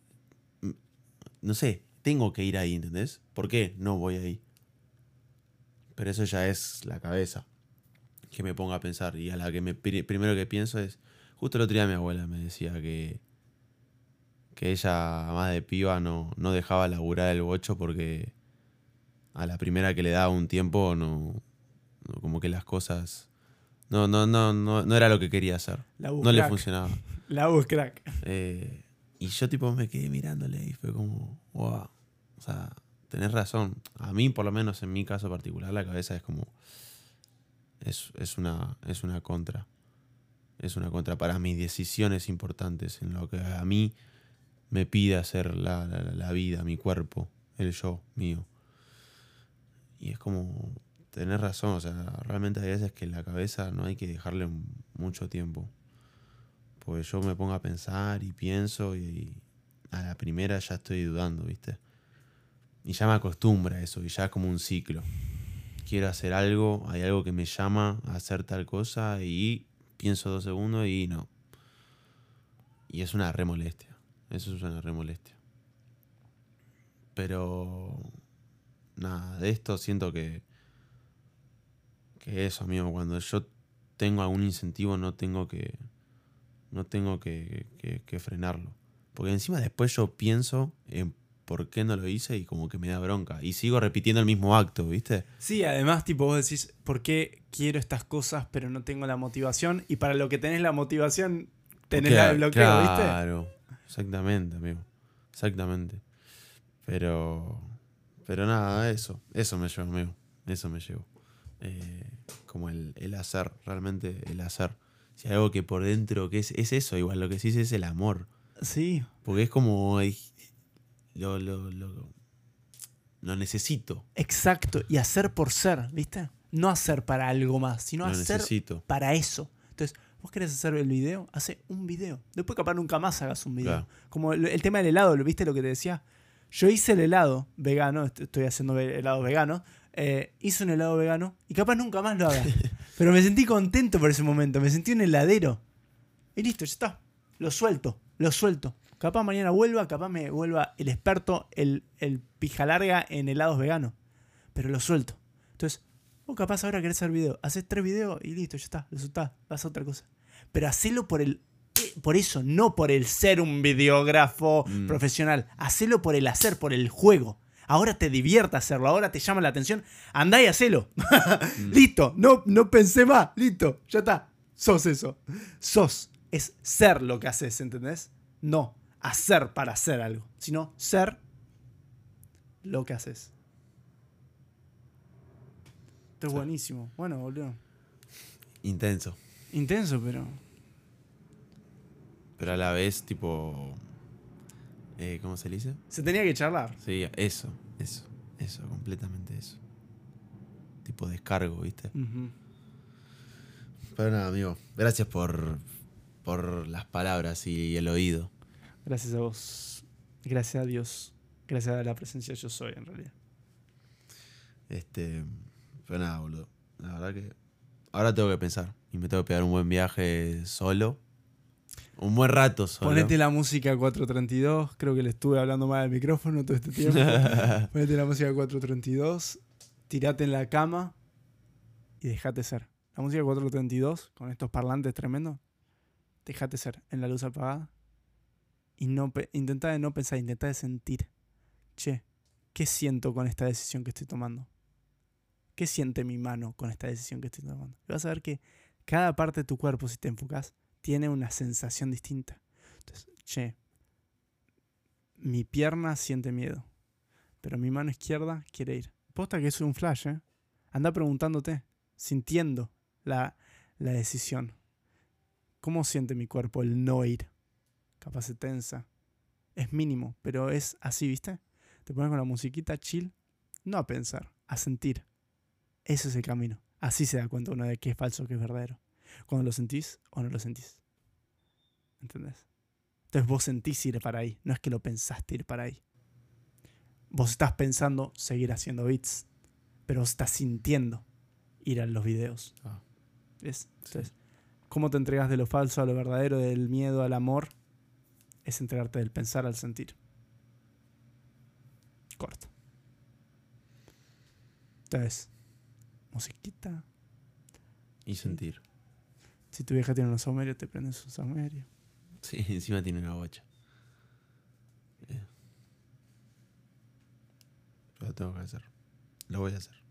no sé, tengo que ir ahí, ¿entendés? ¿Por qué no voy ahí? Pero eso ya es la cabeza que me ponga a pensar. Y a la que primero que pienso es, justo el otro día mi abuela me decía que ella, más de piba, no dejaba laburar el bocho porque a la primera que le daba un tiempo, no como que las cosas no era lo que quería hacer. No le funcionaba. La voz crack. Y yo tipo me quedé mirándole y fue como, wow. O sea, tenés razón. A mí, por lo menos en mi caso particular, la cabeza es como, es una contra. Es una contra para mis decisiones importantes, en lo que a mí me pide hacer la vida, mi cuerpo, el yo mío. Y es como, tenés razón, o sea, realmente hay veces que la cabeza no hay que dejarle mucho tiempo. Porque yo me pongo a pensar y pienso y a la primera ya estoy dudando, ¿viste? Y ya me acostumbra a eso y ya es como un ciclo. Quiero hacer algo, hay algo que me llama a hacer tal cosa y pienso 2 segundos y no. Y es una re molestia. Eso es una re molestia. Pero nada, de esto siento que eso, amigo, cuando yo tengo algún incentivo no tengo que frenarlo. Porque encima después yo pienso en por qué no lo hice y como que me da bronca. Y sigo repitiendo el mismo acto, ¿viste? Sí, además, tipo, vos decís, ¿por qué quiero estas cosas pero no tengo la motivación? Y para lo que tenés la motivación, tenés el bloqueo, claro, ¿viste? Claro, exactamente, amigo. Exactamente. Pero nada, eso me llevo, amigo. Eso me llevo. Como el hacer, realmente el hacer. Si hay algo que por dentro, que es eso, igual lo que sí es el amor. Sí. Porque es como lo necesito. Exacto, y hacer por ser, ¿viste? No hacer para algo más, sino Lo hacer necesito. para eso. Entonces, vos querés hacer el video, hace un video. Después capaz nunca más hagas un video. Claro. Como el tema del helado, ¿viste lo que te decía? Yo hice el helado vegano, estoy haciendo helado vegano, hice un helado vegano y capaz nunca más lo haga. Pero me sentí contento por ese momento, me sentí un heladero. Y listo, ya está. Lo suelto. Capaz mañana vuelva, capaz me vuelva el experto, el pija larga en helados veganos. Pero lo suelto. Entonces, vos capaz ahora querés hacer video. Haces 3 videos y listo, ya está. Lo soltás, vas a otra cosa. Pero hacelo por eso, no por el ser un videógrafo profesional. Hacelo por el hacer, por el juego. Ahora te divierte hacerlo, ahora te llama la atención. Andá y hacelo. Listo, no pensé más. Listo, ya está. Sos eso. Es ser lo que haces, ¿entendés? No hacer para hacer algo, sino ser lo que haces. Esto es buenísimo. Bueno, boludo. Intenso. Intenso, pero a la vez, tipo... ¿cómo se le dice? se tenía que charlar. Sí, eso, completamente eso. Tipo descargo, ¿viste? Pero nada, amigo, gracias por las palabras y el oído. Gracias a vos. Gracias a Dios. Gracias a la presencia yo soy, en realidad. Pero nada, boludo. La verdad que ahora tengo que pensar. Y me tengo que pegar un buen viaje solo. Un buen rato solo. Ponete la música 432. Creo que le estuve hablando mal al micrófono todo este tiempo. Ponete la música 432. Tirate en la cama. Y dejate ser. La música 432, con estos parlantes tremendos. Dejate ser. En la luz apagada. Y intentá de no pensar. Intentá de sentir. Che, ¿qué siento con esta decisión que estoy tomando? ¿Qué siente mi mano con esta decisión que estoy tomando? Y vas a ver que cada parte de tu cuerpo, si te enfocas, tiene una sensación distinta. Entonces, che, mi pierna siente miedo, pero mi mano izquierda quiere ir. Posta que eso es un flash, ¿eh? Anda preguntándote, sintiendo la decisión. ¿Cómo siente mi cuerpo el no ir? Capaz se tensa. Es mínimo, pero es así, ¿viste? Te pones con la musiquita chill, no a pensar, a sentir. Ese es el camino. Así se da cuenta uno de qué es falso, qué es verdadero. Cuando lo sentís o no lo sentís. ¿Entendés? Entonces vos sentís ir para ahí. No es que lo pensaste ir para ahí. Vos estás pensando seguir haciendo beats. Pero vos estás sintiendo ir a los videos. ¿Ves? Entonces, ¿cómo te entregas de lo falso a lo verdadero, del miedo al amor? Es entregarte del pensar al sentir. Corto. Entonces, musiquita. Y sentir. Si tu vieja tiene unos saumerios, te prendes un saumerio. Sí, encima tiene una bocha. Lo tengo que hacer. Lo voy a hacer.